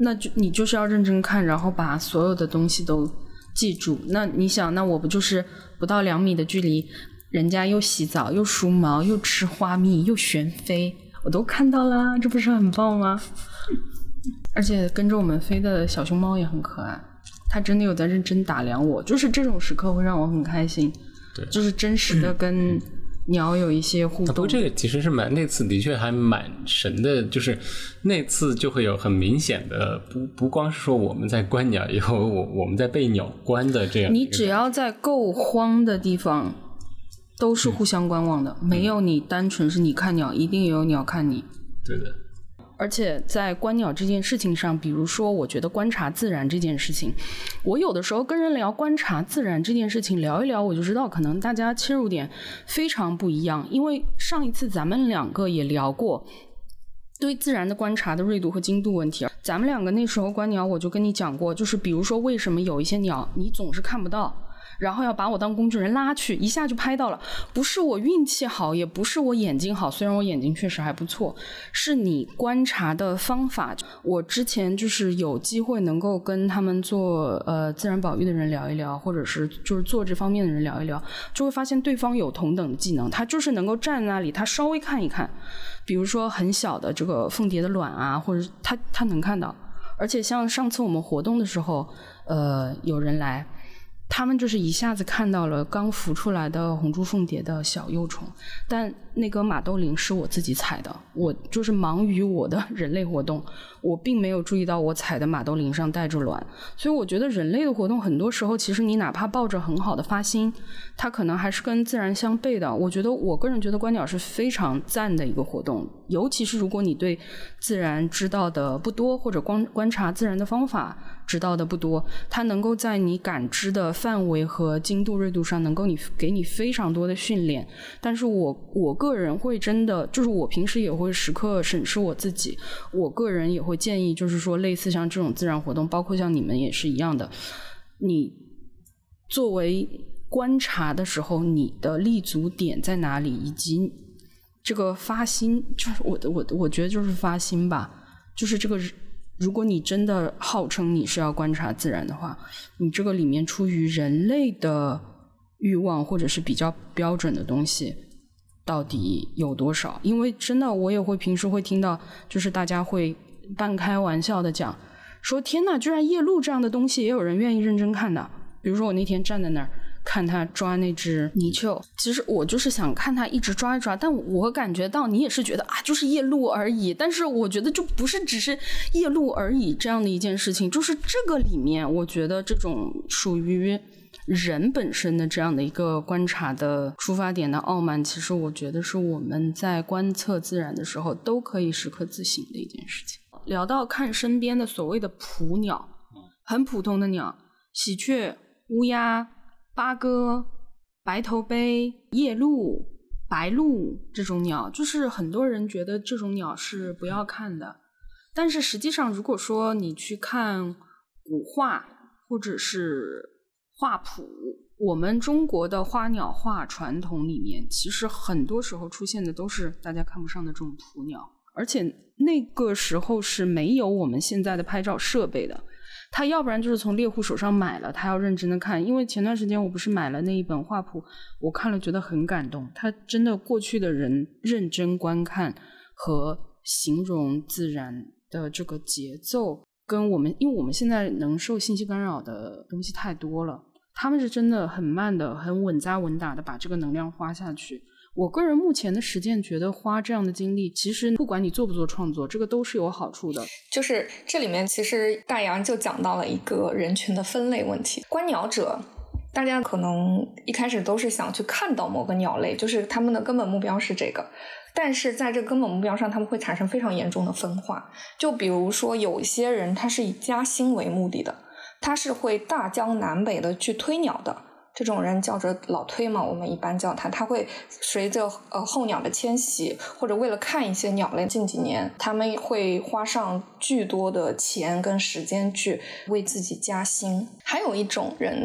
那你就是要认真看，然后把所有的东西都记住。那你想，那我不就是不到2米的距离，人家又洗澡又梳毛又吃花蜜又旋飞，我都看到啦，这不是很棒吗？而且跟着我们飞的小熊猫也很可爱，它真的有在认真打量我，就是这种时刻会让我很开心。对，就是真实的跟鸟有一些互动。 不过这个其实是那次的确还蛮神的，就是那次就会有很明显的不光是说我们在观鸟，以后我们在被鸟观的这样。 你只要在够荒的地方都是互相观望的，没有你单纯是你看鸟，一定也有鸟看你。 对的。 而且在观鸟这件事情上，比如说我觉得观察自然这件事情，我有的时候跟人聊观察自然这件事情，聊一聊我就知道可能大家切入点非常不一样。因为上一次咱们2个也聊过对自然的观察的锐度和精度问题，咱们2个那时候观鸟我就跟你讲过，就是比如说为什么有一些鸟你总是看不到，然后要把我当工具人拉去，一下就拍到了。不是我运气好，也不是我眼睛好，虽然我眼睛确实还不错，是你观察的方法。我之前就是有机会能够跟他们做自然保育的人聊一聊，或者是就是做这方面的人聊一聊，就会发现对方有同等的技能，他就是能够站那里，他稍微看一看，比如说很小的这个凤蝶的卵啊，或者他能看到。而且像上次我们活动的时候有人来，他们就是一下子看到了刚孵出来的红珠凤蝶的小幼虫，但那个马兜铃是我自己采的，我就是忙于我的人类活动，我并没有注意到我采的马兜铃上带着卵。所以我觉得人类的活动很多时候其实你哪怕抱着很好的发心，它可能还是跟自然相悖的。我个人觉得观鸟是非常赞的一个活动，尤其是如果你对自然知道的不多，或者观察自然的方法知道的不多，它能够在你感知的范围和精度锐度上能够给你非常多的训练。但是我个人会真的就是我平时也会时刻审视我自己，我个人也会建议就是说类似像这种自然活动，包括像你们也是一样的，你作为观察的时候你的立足点在哪里，以及这个发心，就是我觉得就是发心吧，就是这个如果你真的号称你是要观察自然的话，你这个里面出于人类的欲望或者是比较标准的东西到底有多少。因为真的我也会平时会听到就是大家会半开玩笑的讲说天哪，居然夜鹭这样的东西也有人愿意认真看的。比如说我那天站在那儿看他抓那只泥鳅，其实我就是想看他一直抓一抓，但我感觉到你也是觉得啊，就是夜鹭而已，但是我觉得就不是只是夜鹭而已这样的一件事情，就是这个里面我觉得这种属于人本身的这样的一个观察的出发点的傲慢，其实我觉得是我们在观测自然的时候都可以时刻自省的一件事情。聊到看身边的所谓的普鸟，很普通的鸟，喜鹊、乌鸦、八哥、白头鹎、夜鹭、白鹭，这种鸟就是很多人觉得这种鸟是不要看的，但是实际上如果说你去看古画或者是画谱，我们中国的花鸟画传统里面其实很多时候出现的都是大家看不上的这种普鸟，而且那个时候是没有我们现在的拍照设备的，他要不然就是从猎户手上买了，他要认真的看。因为前段时间我不是买了那一本画谱，我看了觉得很感动，他真的过去的人认真观看和形容自然的这个节奏，跟我们因为我们现在能受信息干扰的东西太多了，他们是真的很慢的很稳扎稳打的把这个能量花下去。我个人目前的实践觉得花这样的精力，其实不管你做不做创作，这个都是有好处的。 就是这里面其实大杨就讲到了一个人群的分类问题。观鸟者大家可能一开始都是想去看到某个鸟类，就是他们的根本目标是这个，但是在这个根本目标上他们会产生非常严重的分化。就比如说有一些人他是以加薪为目的的，他是会大江南北的去推鸟的，这种人叫着老推嘛，我们一般叫他会随着候鸟的迁徙，或者为了看一些鸟类，近几年他们会花上巨多的钱跟时间去为自己加薪。还有一种人呢，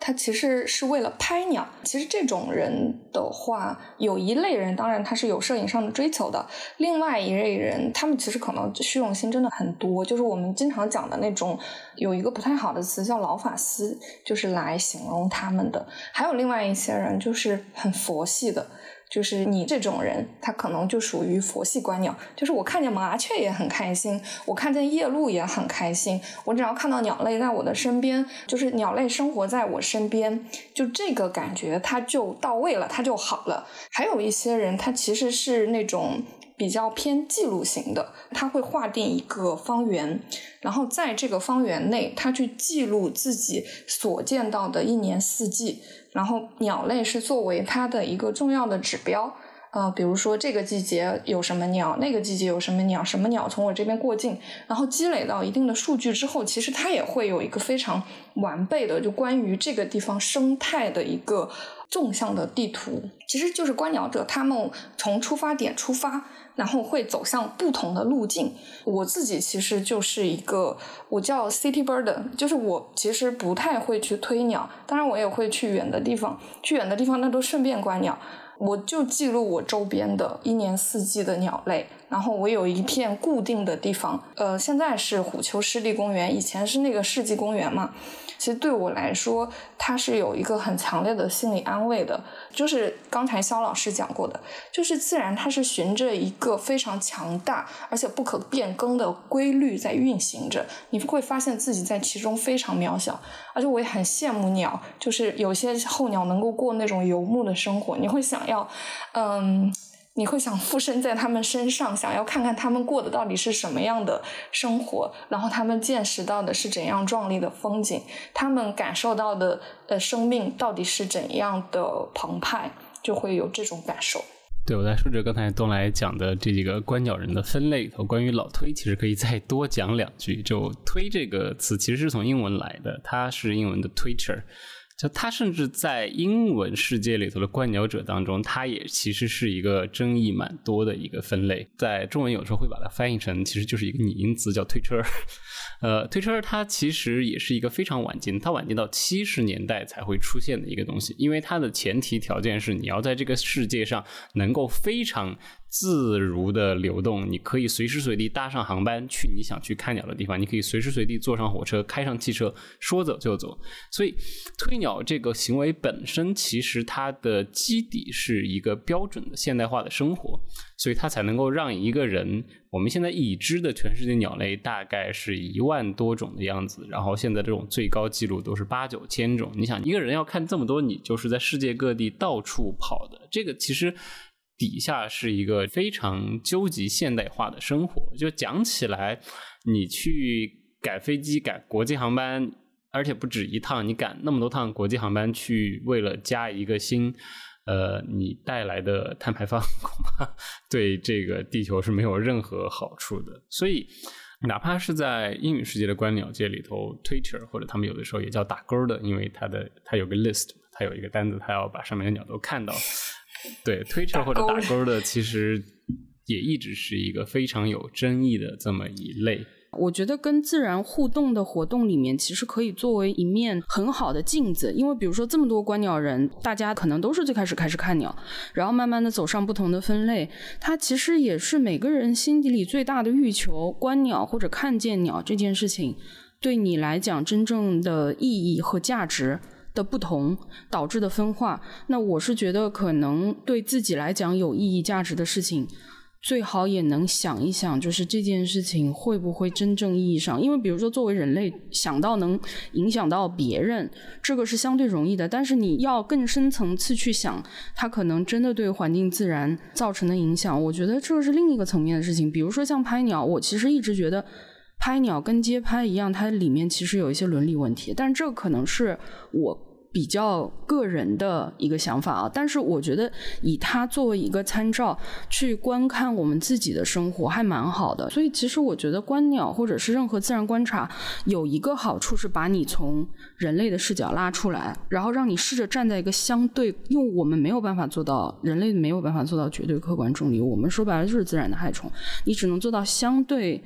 他其实是为了拍鸟。其实这种人的话，有一类人当然他是有摄影上的追求的，另外一类人他们其实可能虚荣心真的很多，就是我们经常讲的那种，有一个不太好的词叫老法师，就是来形容他们的。还有另外一些人就是很佛系的，就是你这种人他可能就属于佛系观鸟，就是我看见麻雀也很开心，我看见夜鹭也很开心，我只要看到鸟类在我的身边，就是鸟类生活在我身边，就这个感觉它就到位了，它就好了。还有一些人他其实是那种比较偏记录型的，他会划定一个方圆，然后在这个方圆内他去记录自己所见到的一年四季，然后鸟类是作为它的一个重要的指标。比如说这个季节有什么鸟，那个季节有什么鸟，什么鸟从我这边过境，然后积累到一定的数据之后，其实它也会有一个非常完备的就关于这个地方生态的一个纵向的地图。其实就是观鸟者他们从出发点出发，然后会走向不同的路径。我自己其实就是一个，我叫 city bird， 就是我其实不太会去推鸟，当然我也会去远的地方，那都顺便观鸟。我就记录我周边的一年四季的鸟类，然后我有一片固定的地方，现在是虎丘湿地公园，以前是那个世纪公园嘛。其实对我来说它是有一个很强烈的心理安慰的，就是刚才肖老师讲过的，就是自然它是循着一个非常强大而且不可变更的规律在运行着，你会发现自己在其中非常渺小。而且我也很羡慕鸟，就是有些候鸟能够过那种游牧的生活，你会想要你会想附身在他们身上，想要看看他们过的到底是什么样的生活，然后他们见识到的是怎样壮丽的风景，他们感受到的生命到底是怎样的澎湃，就会有这种感受。 对，我在说着刚才东来讲的这几个观鸟人的分类里头，关于老推其实可以再多讲两句。就推这个词其实是从英文来的，它是英文的 Twitcher，就它甚至在英文世界里头的观鸟者当中，它也其实是一个争议蛮多的一个分类。在中文有时候会把它翻译成其实就是一个拟音词叫推车。推车它其实也是一个非常晚近，它晚近到70年代才会出现的一个东西，因为它的前提条件是你要在这个世界上能够非常自如的流动，你可以随时随地搭上航班去你想去看鸟的地方，你可以随时随地坐上火车开上汽车说走就走。所以推鸟这个行为本身其实它的基底是一个标准的现代化的生活，所以它才能够让一个人，我们现在已知的全世界鸟类大概是1万多种的样子，然后现在这种最高纪录都是8-9千种。你想一个人要看这么多，你就是在世界各地到处跑的，这个其实底下是一个非常究极现代化的生活。就讲起来，你去赶飞机赶国际航班，而且不止一趟，你赶那么多趟国际航班去为了加一个星，你带来的碳排放恐怕对这个地球是没有任何好处的。所以哪怕是在英语世界的观鸟界里头 Twitcher 或者他们有的时候也叫打勾的，因为它有个 list， 它有一个单子，它要把上面的鸟都看到。对 Twitcher 或者打勾的其实也一直是一个非常有争议的这么一类。 我觉得跟自然互动的活动里面其实可以作为一面很好的镜子，因为比如说这么多观鸟人，大家可能都是最开始看鸟，然后慢慢的走上不同的分类，它其实也是每个人心底里最大的欲求。观鸟或者看见鸟这件事情对你来讲真正的意义和价值的不同导致的分化，那我是觉得可能对自己来讲有意义价值的事情最好也能想一想，就是这件事情会不会真正意义上，因为比如说作为人类想到能影响到别人，这个是相对容易的，但是你要更深层次去想它可能真的对环境自然造成的影响，我觉得这个是另一个层面的事情。比如说像拍鸟，我其实一直觉得拍鸟跟街拍一样，它里面其实有一些伦理问题，但这可能是我比较个人的一个想法啊，但是我觉得以它作为一个参照去观看我们自己的生活还蛮好的。所以其实我觉得观鸟或者是任何自然观察有一个好处是把你从人类的视角拉出来，然后让你试着站在一个相对，因为我们没有办法做到，人类没有办法做到绝对客观中立，我们说白了就是自然的害虫，你只能做到相对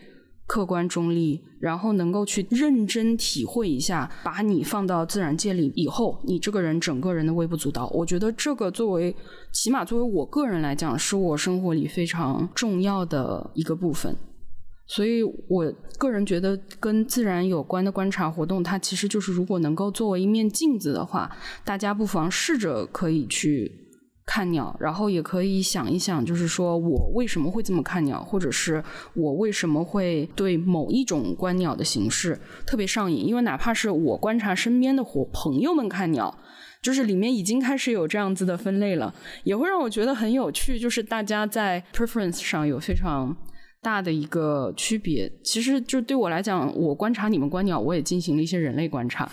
客观中立，然后能够去认真体会一下，把你放到自然界里以后，你这个人整个人的微不足道。我觉得这个起码作为我个人来讲，是我生活里非常重要的一个部分。所以我个人觉得跟自然有关的观察活动，它其实就是如果能够作为一面镜子的话，大家不妨试着可以去看鸟，然后也可以想一想，就是说我为什么会这么看鸟，或者是我为什么会对某一种观鸟的形式特别上瘾。因为哪怕是我观察身边的朋友们看鸟，就是里面已经开始有这样子的分类了，也会让我觉得很有趣，就是大家在 preference 上有非常大的一个区别。其实就对我来讲，我观察你们观鸟，我也进行了一些人类观察。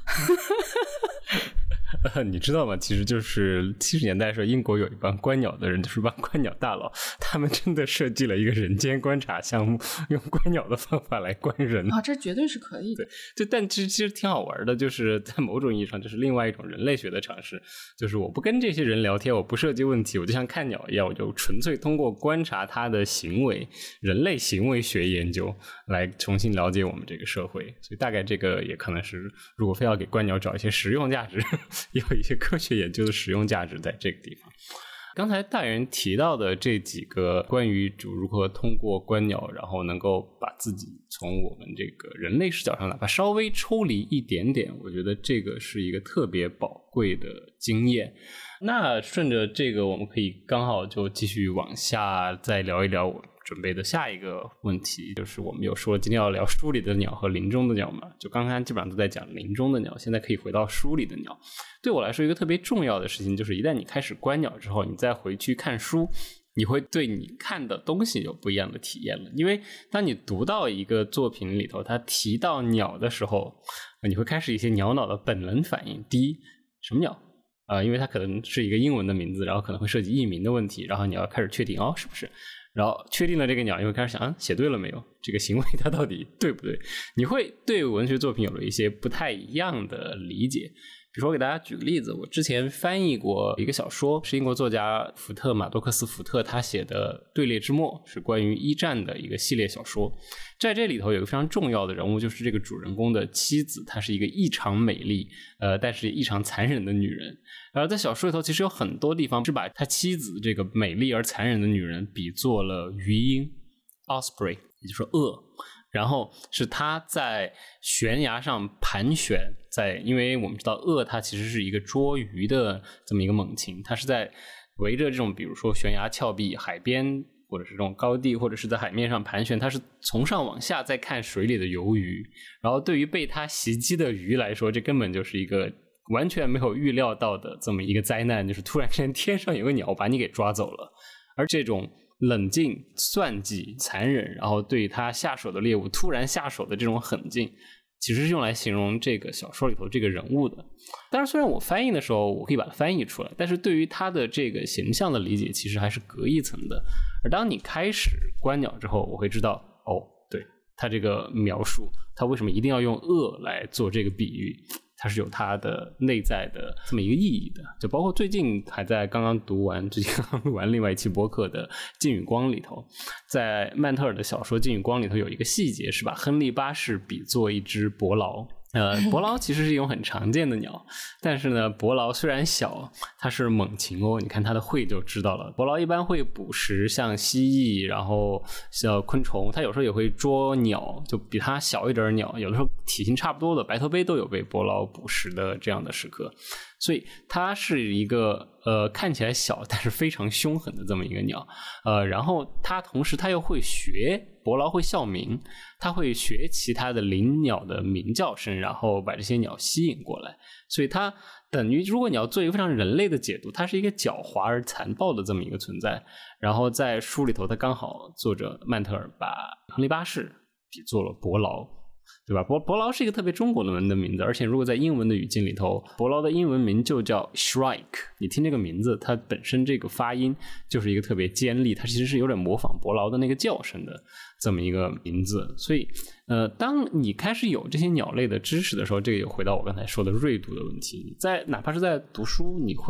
你知道吗？其实就是70年代的时候，英国有一帮观鸟的人，就是帮观鸟大佬，他们真的设计了一个人间观察项目，用观鸟的方法来观人啊，这绝对是可以的。 对，但其实挺好玩的，就是在某种意义上，就是另外一种人类学的尝试，就是我不跟这些人聊天，我不设计问题，我就像看鸟一样，我就纯粹通过观察它的行为，人类行为学研究来重新了解我们这个社会。所以大概这个也可能是，如果非要给观鸟找一些实用价值，也有一些科学研究的实用价值在这个地方。刚才大元提到的这几个关于如何通过观鸟，然后能够把自己从我们这个人类视角上哪怕稍微抽离一点点，我觉得这个是一个特别宝贵的经验。那顺着这个，我们可以刚好就继续往下再聊一聊我准备的下一个问题，就是我们有说今天要聊书里的鸟和林中的鸟嘛，就刚刚基本上都在讲林中的鸟，现在可以回到书里的鸟。对我来说一个特别重要的事情，就是一旦你开始观鸟之后，你再回去看书，你会对你看的东西有不一样的体验了。因为当你读到一个作品里头，它提到鸟的时候，你会开始一些鸟脑的本能反应。第一，什么鸟？因为它可能是一个英文的名字，然后可能会涉及译名的问题，然后你要开始确定是不是，然后确定了这个鸟，你会开始想写对了没有，这个行为它到底对不对，你会对文学作品有了一些不太一样的理解。比如说我给大家举个例子，我之前翻译过一个小说，是英国作家马多克斯福特他写的《队列之末》，是关于一战的一个系列小说。在这里头有一个非常重要的人物，就是这个主人公的妻子，她是一个异常美丽但是异常残忍的女人。然后在小说里头其实有很多地方是把他妻子这个美丽而残忍的女人比作了鱼鹰 Osprey， 也就是说鳄，然后是他在悬崖上盘旋，因为我们知道鳄它其实是一个捉鱼的这么一个猛禽，它是在围着这种比如说悬崖峭壁、海边或者是这种高地或者是在海面上盘旋，它是从上往下在看水里的游鱼。然后对于被它袭击的鱼来说，这根本就是一个完全没有预料到的这么一个灾难，就是突然之间天上有个鸟把你给抓走了。而这种冷静、算计、残忍，然后对他下手的猎物突然下手的这种狠劲，其实是用来形容这个小说里头这个人物的。当然虽然我翻译的时候我可以把它翻译出来，但是对于他的这个形象的理解其实还是隔一层的。而当你开始观鸟之后，我会知道对，他这个描述他为什么一定要用鳄来做这个比喻，它是有它的内在的这么一个意义的。就包括最近还在最近刚刚录完另外一期播客的《镜与光》里头，在曼特尔的小说《镜与光》里头有一个细节是把亨利八世比作一只伯劳。伯劳其实是一种很常见的鸟，但是呢，伯劳虽然小，它是猛禽你看它的喙就知道了。伯劳一般会捕食像蜥蜴，然后像昆虫，它有时候也会捉鸟，就比它小一点的鸟，有的时候体型差不多的白头鹎都有被伯劳捕食的这样的时刻。所以它是一个看起来小但是非常凶狠的这么一个鸟。然后它同时它又会学，伯劳会校鸣，它会学其他的林鸟的鸣叫声，然后把这些鸟吸引过来。所以它等于如果你要做一个非常人类的解读，它是一个狡猾而残暴的这么一个存在。然后在书里头，他刚好作者曼特尔把亨利八世比作了伯劳，对吧？伯劳是一个特别中国人的名字，而且如果在英文的语境里头，伯劳的英文名就叫 Shrike。你听这个名字，它本身这个发音就是一个特别尖利，它其实是有点模仿伯劳的那个叫声的这么一个名字。所以当你开始有这些鸟类的知识的时候，这个又回到我刚才说的锐度的问题。哪怕是在读书，你会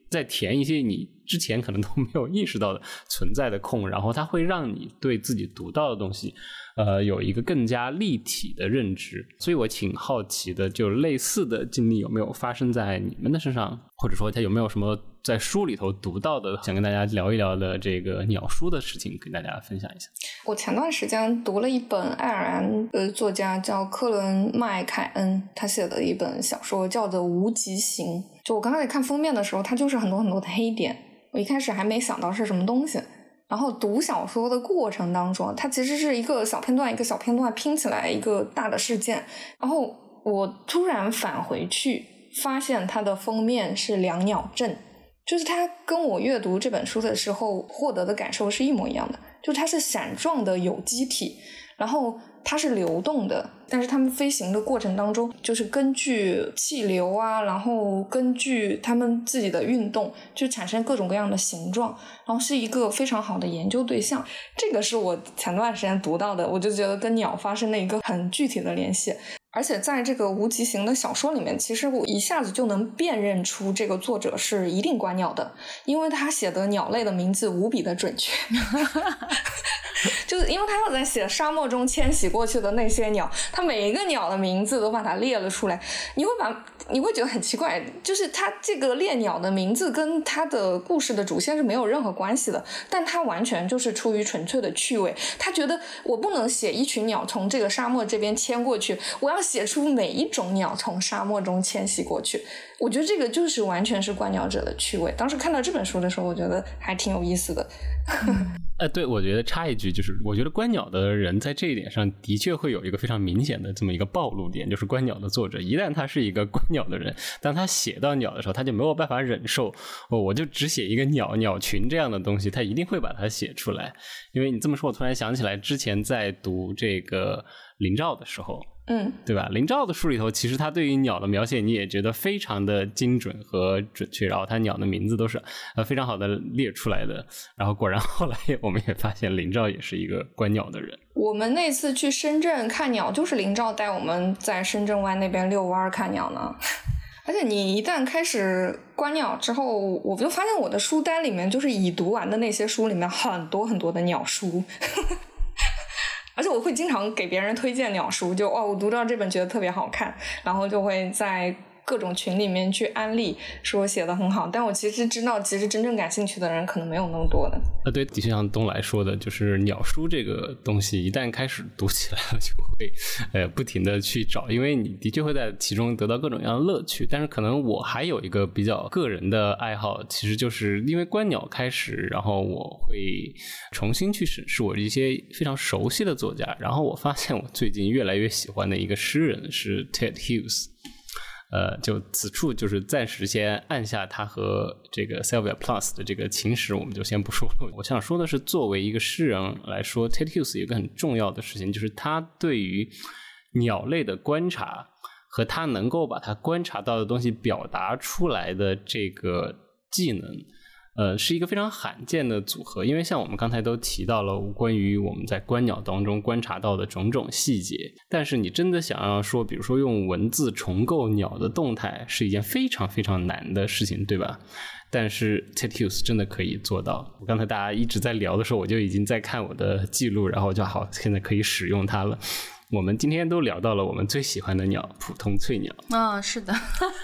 在填一些你之前可能都没有意识到的存在的空，然后它会让你对自己读到的东西有一个更加立体的认知。所以我挺好奇的，就类似的经历有没有发生在你们的身上，或者说它有没有什么在书里头读到的想跟大家聊一聊的这个鸟书的事情跟大家分享一下。 我前段时间读了一本爱尔兰作家叫科伦麦凯恩他写的一本小说叫做《无极行》。就我刚开始看封面的时候，它就是很多很多的黑点，我一开始还没想到是什么东西，然后读小说的过程当中，它其实是一个小片段一个小片段拼起来一个大的事件，然后我突然返回去发现它的封面是两鸟阵，就是它跟我阅读这本书的时候获得的感受是一模一样的，就是它是闪状的有机体，然后它是流动的，但是它们飞行的过程当中就是根据气流啊，然后根据它们自己的运动就产生各种各样的形状，然后是一个非常好的研究对象。这个是我前段时间读到的，我就觉得跟鸟发生了一个很具体的联系。而且在这个无极行的小说里面，其实我一下子就能辨认出这个作者是一定观鸟的，因为他写的鸟类的名字无比的准确就是因为他要在写沙漠中迁徙过去的那些鸟，他每一个鸟的名字都把它列了出来，你会觉得很奇怪，就是他这个列鸟的名字跟他的故事的主线是没有任何关系的，但他完全就是出于纯粹的趣味，他觉得我不能写一群鸟从这个沙漠这边迁过去，我要写出每一种鸟从沙漠中迁徙过去。我觉得这个就是完全是观鸟者的趣味，当时看到这本书的时候我觉得还挺有意思的对，我觉得插一句，就是我觉得观鸟的人在这一点上的确会有一个非常明显的这么一个暴露点，就是观鸟的作者一旦他是一个观鸟的人，当他写到鸟的时候，他就没有办法忍受我就只写一个鸟群这样的东西，他一定会把它写出来。因为你这么说，我突然想起来之前在读这个林兆的时候，对吧？林兆的书里头，其实他对于鸟的描写，你也觉得非常的精准和准确，然后他鸟的名字都是非常好的列出来的。然后果然后来我们也发现林兆也是一个观鸟的人。 我们那次去深圳看鸟，就是林兆带我们在深圳湾那边遛弯看鸟呢。而且你一旦开始观鸟之后，我就发现我的书单里面就是已读完的那些书里面很多很多的鸟书而且我会经常给别人推荐鸟书，就我读到这本觉得特别好看，然后就会在各种群里面去安利说写得很好，但我其实知道其实真正感兴趣的人可能没有那么多的。 对，的确像东来说的，就是鸟书这个东西一旦开始读起来了，就会不停的去找，因为你的确会在其中得到各种各样的乐趣。但是可能我还有一个比较个人的爱好，其实就是因为观鸟开始，然后我会重新去审视我一些非常熟悉的作家，然后我发现我最近越来越喜欢的一个诗人是 Ted Hughes。就此处就是暂时先按下他和这个 Sylvia Plath 的这个情史，我们就先不说了。我想说的是，作为一个诗人来说 Ted Hughes 有一个很重要的事情，就是他对于鸟类的观察和他能够把他观察到的东西表达出来的这个技能是一个非常罕见的组合。因为像我们刚才都提到了关于我们在观鸟当中观察到的种种细节，但是你真的想要说比如说用文字重构鸟的动态是一件非常非常难的事情，对吧？但是 Ted Hughes 真的可以做到。刚才大家一直在聊的时候，我就已经在看我的记录，然后就好，现在可以使用它了。我们今天都聊到了我们最喜欢的鸟，普通翠鸟。 是的。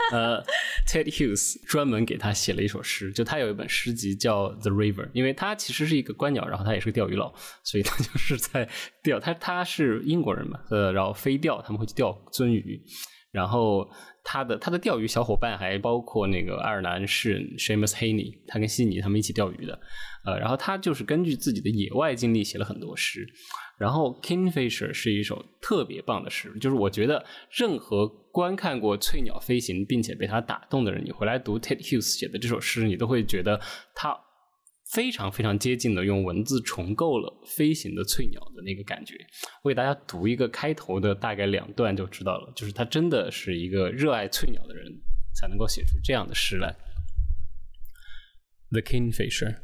Ted Hughes 专门给他写了一首诗，就他有一本诗集叫 The River， 因为他其实是一个观鸟，然后他也是个钓鱼佬，所以他就是在钓，他是英国人嘛，然后飞钓，他们会去钓鳟鱼，然后他的钓鱼小伙伴还包括那个爱尔兰诗人 Seamus Heaney， 他跟悉尼他们一起钓鱼的，然后他就是根据自己的野外经历写了很多诗。然后 Kingfisher 是一首特别棒的诗，就是我觉得任何观看过翠鸟飞行并且被它打动的人，你回来读 Ted Hughes 写的这首诗，你都会觉得他非常非常接近的用文字重构了飞行的翠鸟的那个感觉。我给大家读一个开头的大概2段就知道了，就是他真的是一个热爱翠鸟的人才能够写出这样的诗来。 The Kingfisher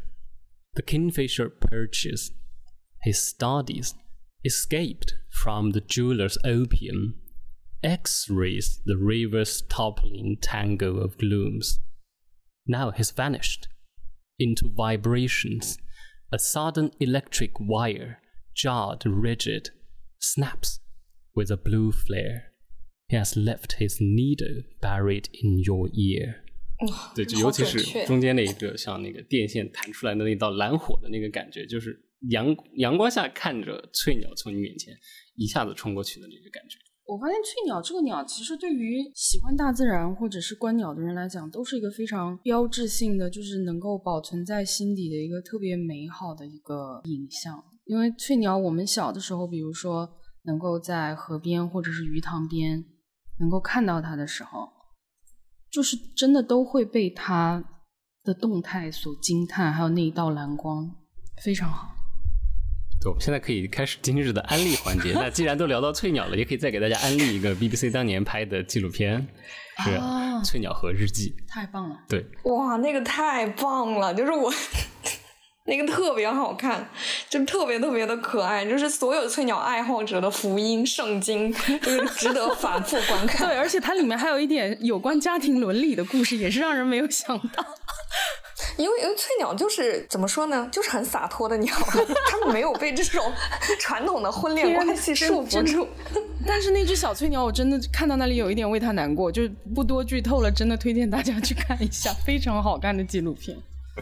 perches, his studies escaped from the jeweler's opium, X-rays the river's toppling tangle of glooms. now has vanished into vibrations. A sudden electric wire, jarred rigid, snaps with a blue flare. He has left his needle buried in your ear. 对，就尤其是中间那一个像那个电线弹出来的那道蓝火的那个感觉，就是阳光下看着翠鸟从你面前一下子冲过去的那个感觉。 我发现翠鸟这个鸟其实对于喜欢大自然或者是观鸟的人来讲都是一个非常标志性的，就是能够保存在心底的一个特别美好的一个影像。因为翠鸟我们小的时候比如说能够在河边或者是鱼塘边能够看到它的时候，就是真的都会被它的动态所惊叹，还有那一道蓝光非常好。 对，我们现在可以开始今日的安利环节。那既然都聊到翠鸟了，也可以再给大家安利一个 BBC 当年拍的纪录片，是《翠鸟和日记》。 太棒了！ 对， 哇，那个太棒了，就是我那个特别好看，就特别特别的可爱，就是所有翠鸟爱好者的福音圣经，就是值得反复观看。 对，而且它里面还有一点有关家庭伦理的故事，也是让人没有想到。 因为翠鸟就是怎么说呢，就是很洒脱的鸟，它们没有被这种传统的婚恋关系束缚住。 但是那只小翠鸟，我真的看到那里有一点为它难过，就不多剧透了，真的推荐大家去看一下，非常好看的纪录片。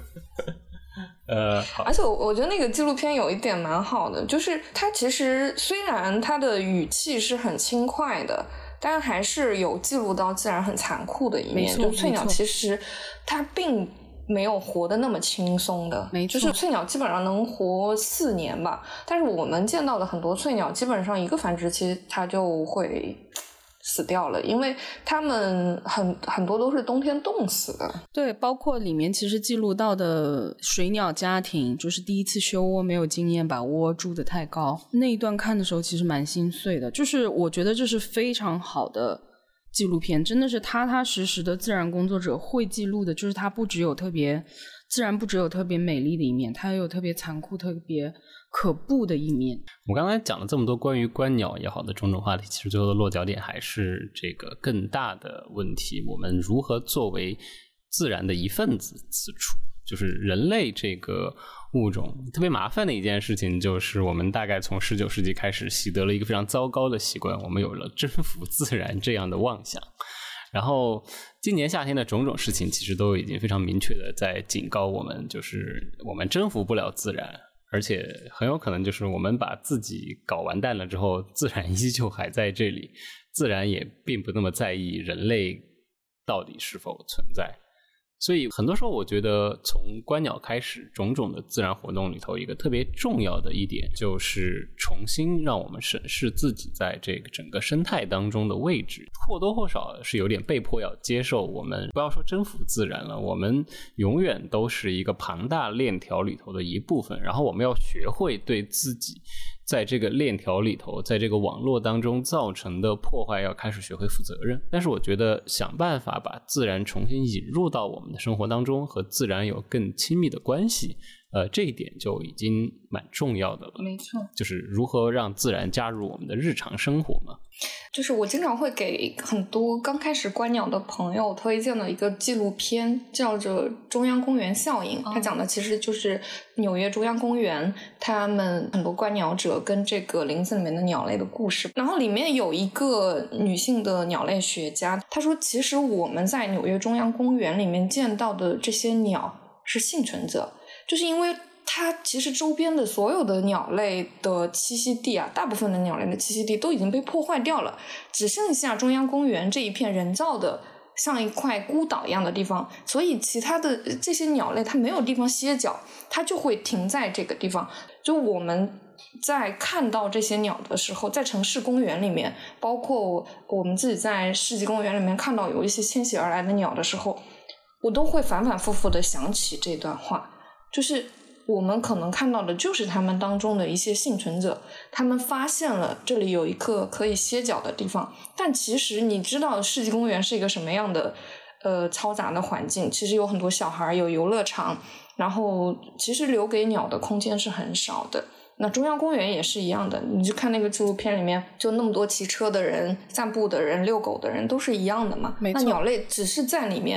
而且我觉得那个纪录片有一点蛮好的，就是它其实虽然它的语气是很轻快的，但还是有记录到自然很残酷的一面。就翠鸟其实它并没有活得那么轻松的，就是翠鸟基本上能活4年吧，但是我们见到的很多翠鸟基本上一个繁殖期它就会死掉了，因为它们很多都是冬天冻死的。 对，包括里面其实记录到的水鸟家庭，就是第一次修窝没有经验，把窝筑得太高，那一段看的时候其实蛮心碎的。就是我觉得这是非常好的纪录片，真的是踏踏实实的自然工作者会记录的，就是它不只有特别自然，不只有特别美丽的一面，它也有特别残酷特别可怖的一面。 我刚才讲了这么多关于观鸟也好的种种话题，其实最后的落脚点还是这个更大的问题，我们如何作为自然的一份子自处。就是人类这个物种特别麻烦的一件事情，就是我们大概从19世纪开始习得了一个非常糟糕的习惯，我们有了征服自然这样的妄想。然后今年夏天的种种事情其实都已经非常明确的在警告我们，就是我们征服不了自然，而且很有可能就是我们把自己搞完蛋了之后，自然依旧还在这里，自然也并不那么在意人类到底是否存在。所以很多时候我觉得从观鸟开始，种种的自然活动里头一个特别重要的一点，就是重新让我们审视自己在这个整个生态当中的位置。或多或少是有点被迫要接受，我们不要说征服自然了，我们永远都是一个庞大链条里头的一部分，然后我们要学会对自己在这个链条里头，在这个网络当中造成的破坏要开始学会负责任。但是我觉得想办法把自然重新引入到我们的生活当中，和自然有更亲密的关系，这一点就已经蛮重要的了。 没错， 就是如何让自然加入我们的日常生活嘛。 就是我经常会给很多刚开始观鸟的朋友推荐的一个纪录片，叫做《中央公园效应》。它讲的其实就是纽约中央公园他们很多观鸟者跟这个林子里面的鸟类的故事。然后里面有一个女性的鸟类学家，她说其实我们在纽约中央公园里面见到的这些鸟是幸存者，就是因为它其实周边的所有的鸟类的栖息地啊，大部分的鸟类的栖息地都已经被破坏掉了，只剩下中央公园这一片人造的像一块孤岛一样的地方，所以其他的这些鸟类它没有地方歇脚，它就会停在这个地方。就我们在看到这些鸟的时候，在城市公园里面，包括我们自己在世纪公园里面看到有一些迁徙而来的鸟的时候，我都会反反复复的想起这段话，就是我们可能看到的就是他们当中的一些幸存者，他们发现了这里有一个可以歇脚的地方，但其实你知道世纪公园是一个什么样的嘈杂的环境，其实有很多小孩，有游乐场，然后其实留给鸟的空间是很少的。那中央公园也是一样的，你就看那个纪录片里面，就那么多骑车的人、散步的人、遛狗的人都是一样的嘛。 没错， 那鸟类只是在里面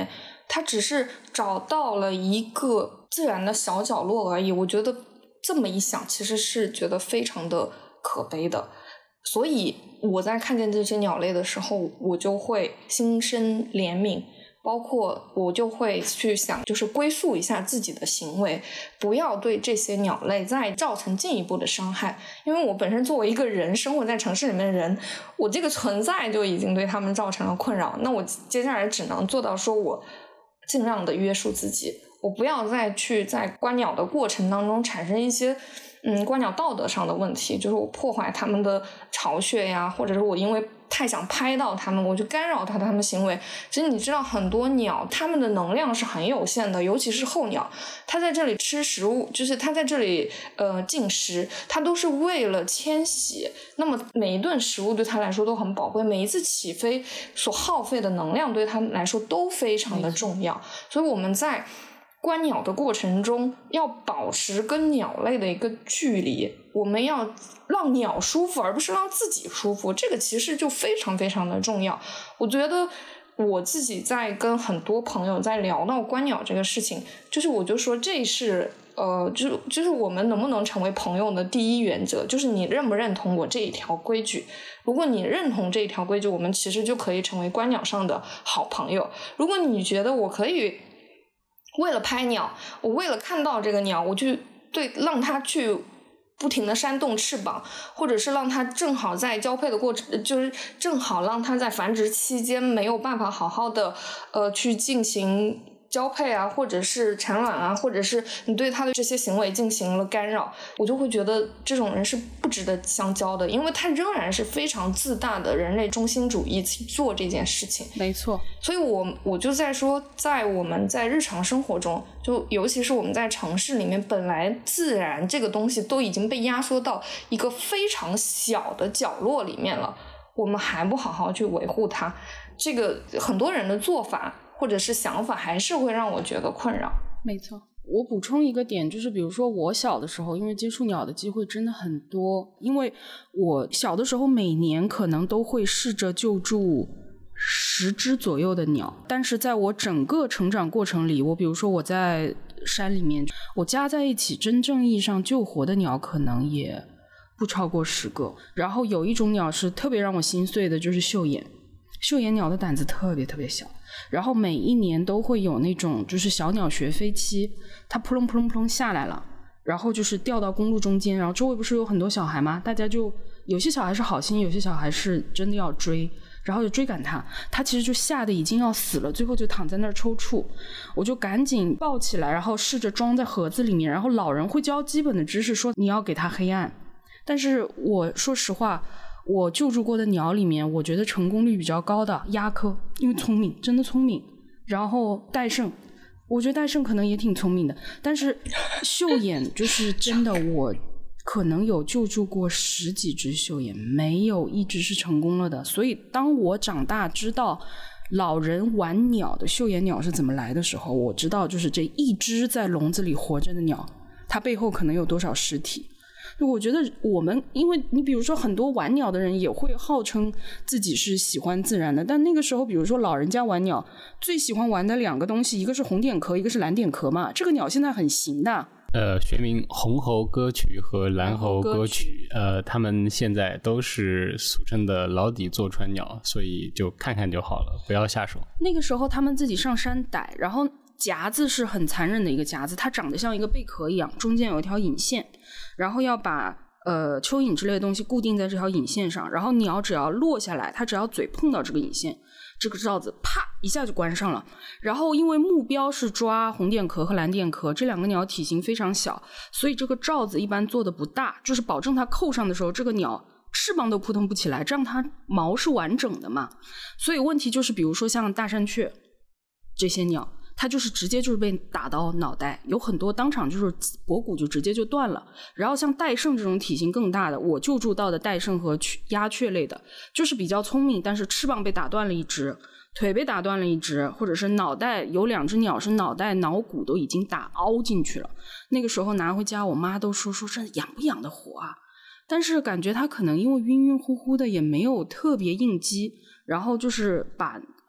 它只是找到了一个自然的小角落而已。我觉得这么一想，其实是觉得非常的可悲的。所以我在看见这些鸟类的时候，我就会心生怜悯，包括我就会去想，就是归宿一下自己的行为，不要对这些鸟类再造成进一步的伤害。因为我本身作为一个人，生活在城市里面的人，我这个存在就已经对他们造成了困扰，那我接下来只能做到说我尽量的约束自己，我不要再去在观鸟的过程当中产生一些观鸟道德上的问题，就是我破坏他们的巢穴呀，或者是我因为太想拍到他们，我就干扰他们行为。其实你知道很多鸟它们的能量是很有限的，尤其是候鸟，它在这里吃食物，就是它在这里进食，它都是为了迁徙。那么每一顿食物对它来说都很宝贵，每一次起飞所耗费的能量对它们来说都非常的重要。所以我们在观鸟的过程中要保持跟鸟类的一个距离，我们要让鸟舒服而不是让自己舒服，这个其实就非常非常的重要。我觉得我自己在跟很多朋友在聊到观鸟这个事情，就是我就说这是就是我们能不能成为朋友的第一原则，就是你认不认同我这一条规矩。如果你认同这一条规矩，我们其实就可以成为观鸟上的好朋友。如果你觉得我可以为了拍鸟，我为了看到这个鸟，我就让它去不停的扇动翅膀，或者是让它正好在交配的过程，就是正好让它在繁殖期间没有办法好好的去进行交配啊，或者是产卵啊，或者是你对它的这些行为进行了干扰，我就会觉得这种人是不值得相交的，因为他仍然是非常自大的人类中心主义去做这件事情。 没错。 所以我就在说，在我们在日常生活中，就尤其是我们在城市里面，本来自然这个东西都已经被压缩到一个非常小的角落里面了，我们还不好好去维护它，这个很多人的做法或者是想法还是会让我觉得困扰。 没错，我补充一个点，就是比如说我小的时候，因为接触鸟的机会真的很多，因为我小的时候每年可能都会试着救助10只左右的鸟，但是在我整个成长过程里，比如说我在山里面，我加在一起真正意义上救活的鸟可能也不超过10个。然后有一种鸟是特别让我心碎的，就是绣眼。绣眼鸟的胆子特别特别小，然后每一年都会有那种就是小鸟学飞期，它扑棱扑棱扑棱下来了，然后就是掉到公路中间，然后周围不是有很多小孩吗？大家就有些小孩是好心，有些小孩是真的要追，然后就追赶它其实就吓得已经要死了，最后就躺在那儿抽搐。我就赶紧抱起来，然后试着装在盒子里面，然后老人会教基本的知识，说你要给它黑暗。但是我说实话，我救助过的鸟里面，我觉得成功率比较高的鸦科，因为聪明，真的聪明。然后戴胜，我觉得戴胜可能也挺聪明的，但是绣眼就是真的，我可能有救助过10几只绣眼，没有一只是成功了的。所以当我长大知道老人玩鸟的绣眼鸟是怎么来的时候，我知道就是这一只在笼子里活着的鸟，它背后可能有多少尸体。我觉得我们，因为你比如说很多玩鸟的人也会号称自己是喜欢自然的，但那个时候比如说老人家玩鸟最喜欢玩的2个东西，一个是红点壳，一个是蓝点壳嘛。这个鸟现在很行的， 学名红喉歌曲和蓝喉歌曲，他们现在都是俗称的老底坐穿鸟，所以就看看就好了，不要下手。 那个时候他们自己上山逮，然后夹子是很残忍的一个夹子，它长得像一个贝壳一样，中间有一条引线，然后要把蚯蚓之类的东西固定在这条引线上，然后鸟只要落下来，它只要嘴碰到这个引线，这个罩子啪一下就关上了。然后因为目标是抓红点壳和蓝点壳，这2个鸟体型非常小，所以这个罩子一般做的不大，就是保证它扣上的时候这个鸟翅膀都扑腾不起来，这样它毛是完整的嘛。所以问题就是比如说像大山雀这些鸟，它就是直接就是被打到脑袋，有很多当场就是脖骨就直接就断了。然后像戴胜这种体型更大的，我救助到的戴胜和鸦雀类的，就是比较聪明，但是翅膀被打断了一只，腿被打断了一只，或者是脑袋有2只鸟是脑袋脑骨都已经打凹进去了。那个时候拿回家，我妈都说这养不养得活啊？但是感觉它可能因为晕晕乎乎的，也没有特别应激，然后就是把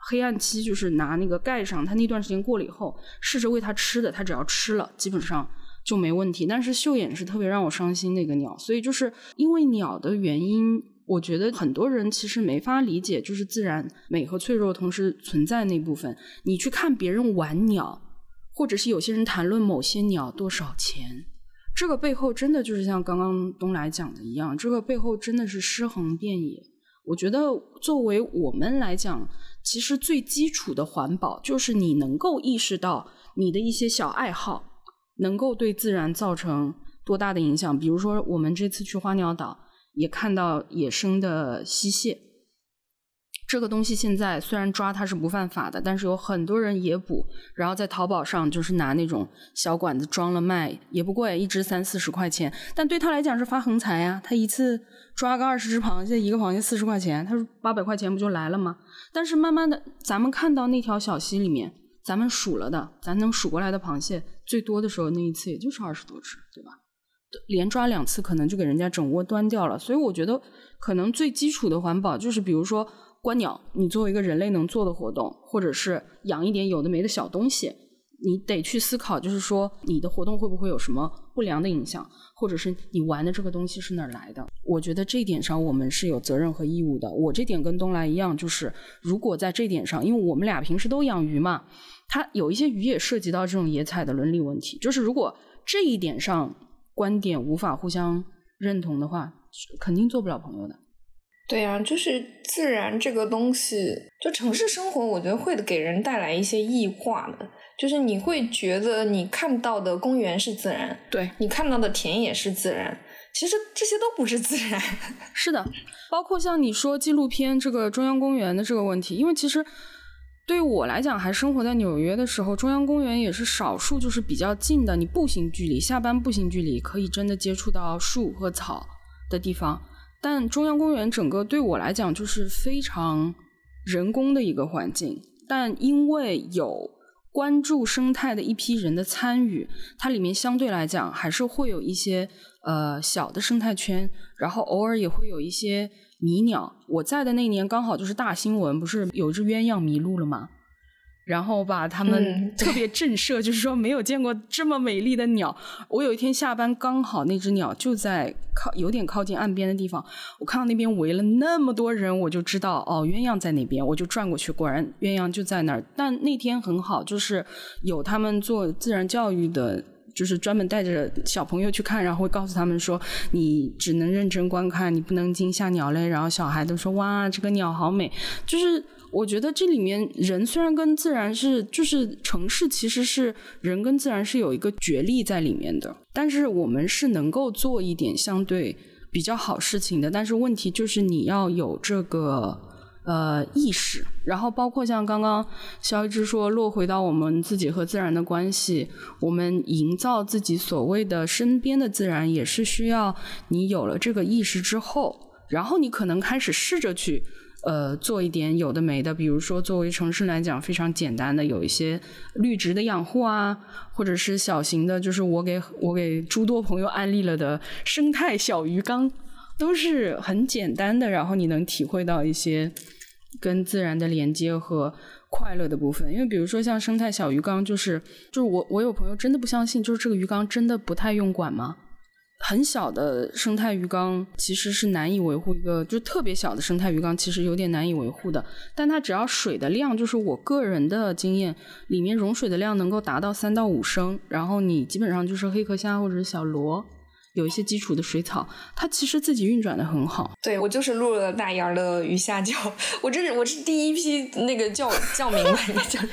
黑暗期，就是拿那个盖上，它那段时间过了以后，试着喂它吃的，它只要吃了基本上就没问题。但是秀眼是特别让我伤心的一个鸟，所以就是因为鸟的原因，我觉得很多人其实没法理解，就是自然美和脆弱同时存在那部分。你去看别人玩鸟，或者是有些人谈论某些鸟多少钱，这个背后真的就是像刚刚东来讲的一样，这个背后真的是尸横遍野。我觉得作为我们来讲，其实最基础的环保就是你能够意识到你的一些小爱好能够对自然造成多大的影响。比如说我们这次去花鸟岛也看到野生的溪蟹，这个东西现在虽然抓它是不犯法的，但是有很多人野捕，然后在淘宝上就是拿那种小管子装了卖，也不贵，一只30-40块钱，但对他来讲是发横财呀。他一次抓个20只螃蟹，一个螃蟹40块钱，他说800块钱不就来了吗？但是慢慢的咱们看到那条小溪里面，咱们数了的，咱能数过来的螃蟹最多的时候那一次也就是20多只，对吧？连抓2次可能就给人家整窝端掉了。所以我觉得可能最基础的环保就是比如说观鸟，你作为一个人类能做的活动，或者是养一点有的没的小东西，你得去思考，就是说你的活动会不会有什么不良的影响，或者是你玩的这个东西是哪儿来的。我觉得这一点上我们是有责任和义务的。我这点跟东来一样，就是如果在这点上，因为我们俩平时都养鱼嘛，它有一些鱼也涉及到这种野采的伦理问题，就是如果这一点上观点无法互相认同的话，肯定做不了朋友的。 对啊，就是自然这个东西，就城市生活我觉得会给人带来一些异化的，就是你会觉得你看到的公园是自然， 对， 你看到的田野是自然，其实这些都不是自然。 是的，包括像你说纪录片这个中央公园的这个问题，因为其实对于我来讲，还生活在纽约的时候，中央公园也是少数就是比较近的，你步行距离，下班步行距离可以真的接触到树和草的地方。但中央公园整个对我来讲就是非常人工的一个环境，但因为有关注生态的一批人的参与，它里面相对来讲还是会有一些小的生态圈，然后偶尔也会有一些迷鸟。我在的那年刚好就是大新闻，不是有只鸳鸯迷路了吗？然后把他们特别震慑，就是说没有见过这么美丽的鸟。我有一天下班刚好那只鸟就在有点靠近岸边的地方，我看到那边围了那么多人，我就知道哦，鸳鸯在那边，我就转过去，果然鸳鸯就在那儿。但那天很好，就是有他们做自然教育的，就是专门带着小朋友去看，然后会告诉他们说你只能认真观看，你不能惊吓鸟类。然后小孩都说哇这个鸟好美。就是我觉得这里面人虽然跟自然是，就是城市其实是人跟自然是有一个角力在里面的，但是我们是能够做一点相对比较好事情的。但是问题就是你要有这个意识，然后包括像刚刚肖一之说落回到我们自己和自然的关系，我们营造自己所谓的身边的自然也是需要你有了这个意识之后，然后你可能开始试着去做一点有的没的，比如说作为城市来讲非常简单的有一些绿植的养护啊，或者是小型的，就是我给诸多朋友安利了的生态小鱼缸，都是很简单的，然后你能体会到一些跟自然的连接和快乐的部分。因为比如说像生态小鱼缸，就是我有朋友真的不相信，就是这个鱼缸真的不太用管吗？很小的生态鱼缸其实是难以维护，一个就特别小的生态鱼缸其实有点难以维护的，但它只要水的量，就是我个人的经验里面容水的量能够达到3到5升，然后你基本上就是黑壳虾或者是小螺，有一些基础的水草，它其实自己运转的很好。 对，我就是录了大牙的鱼虾叫，我是第一批那个叫名吧，应该叫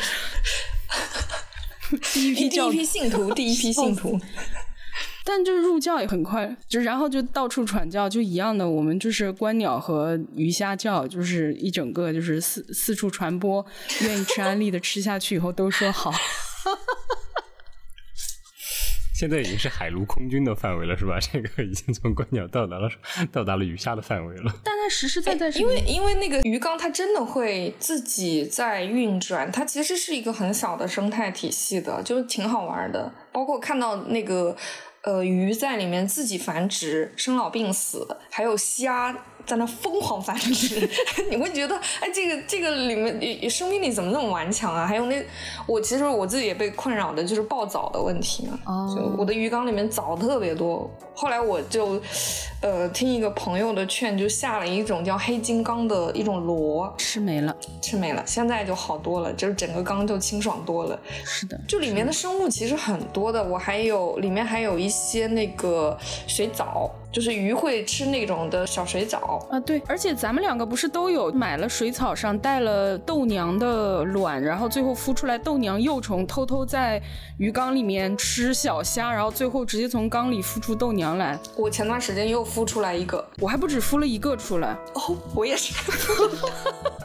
第一批信徒。 但就是入教也很快，就然后就到处传教，就一样的，我们就是观鸟和鱼虾教，就是一整个就是四处传播，愿意吃安利的吃下去以后都说好。 现在已经是海陆空军的范围了，是吧？这个已经从观鸟到达了鱼虾的范围了。 但它实实在在是因为那个鱼缸它真的会自己在运转，它其实是一个很小的生态体系的，就是挺好玩的。包括看到那个鱼在里面自己繁殖、生老病死，还有虾在那疯狂繁殖，你会觉得哎，这个里面生命力怎么那么顽强啊？还有其实我自己也被困扰的就是爆藻的问题嘛，就我的鱼缸里面藻特别多。后来我就听一个朋友的劝，就下了一种叫黑金刚的一种螺， 吃没了， 现在就好多了，就是整个缸就清爽多了。 是的， 就里面的生物其实很多的，里面还有一些那个水藻，就是鱼会吃那种的小水藻啊。对，而且咱们两个不是都有买了水草上带了豆娘的卵，然后最后孵出来豆娘幼虫偷偷在鱼缸里面吃小虾，然后最后直接从缸里孵出豆娘来。 我前段时间又孵出来一个， 我还不止孵了一个出来。 哦，我也是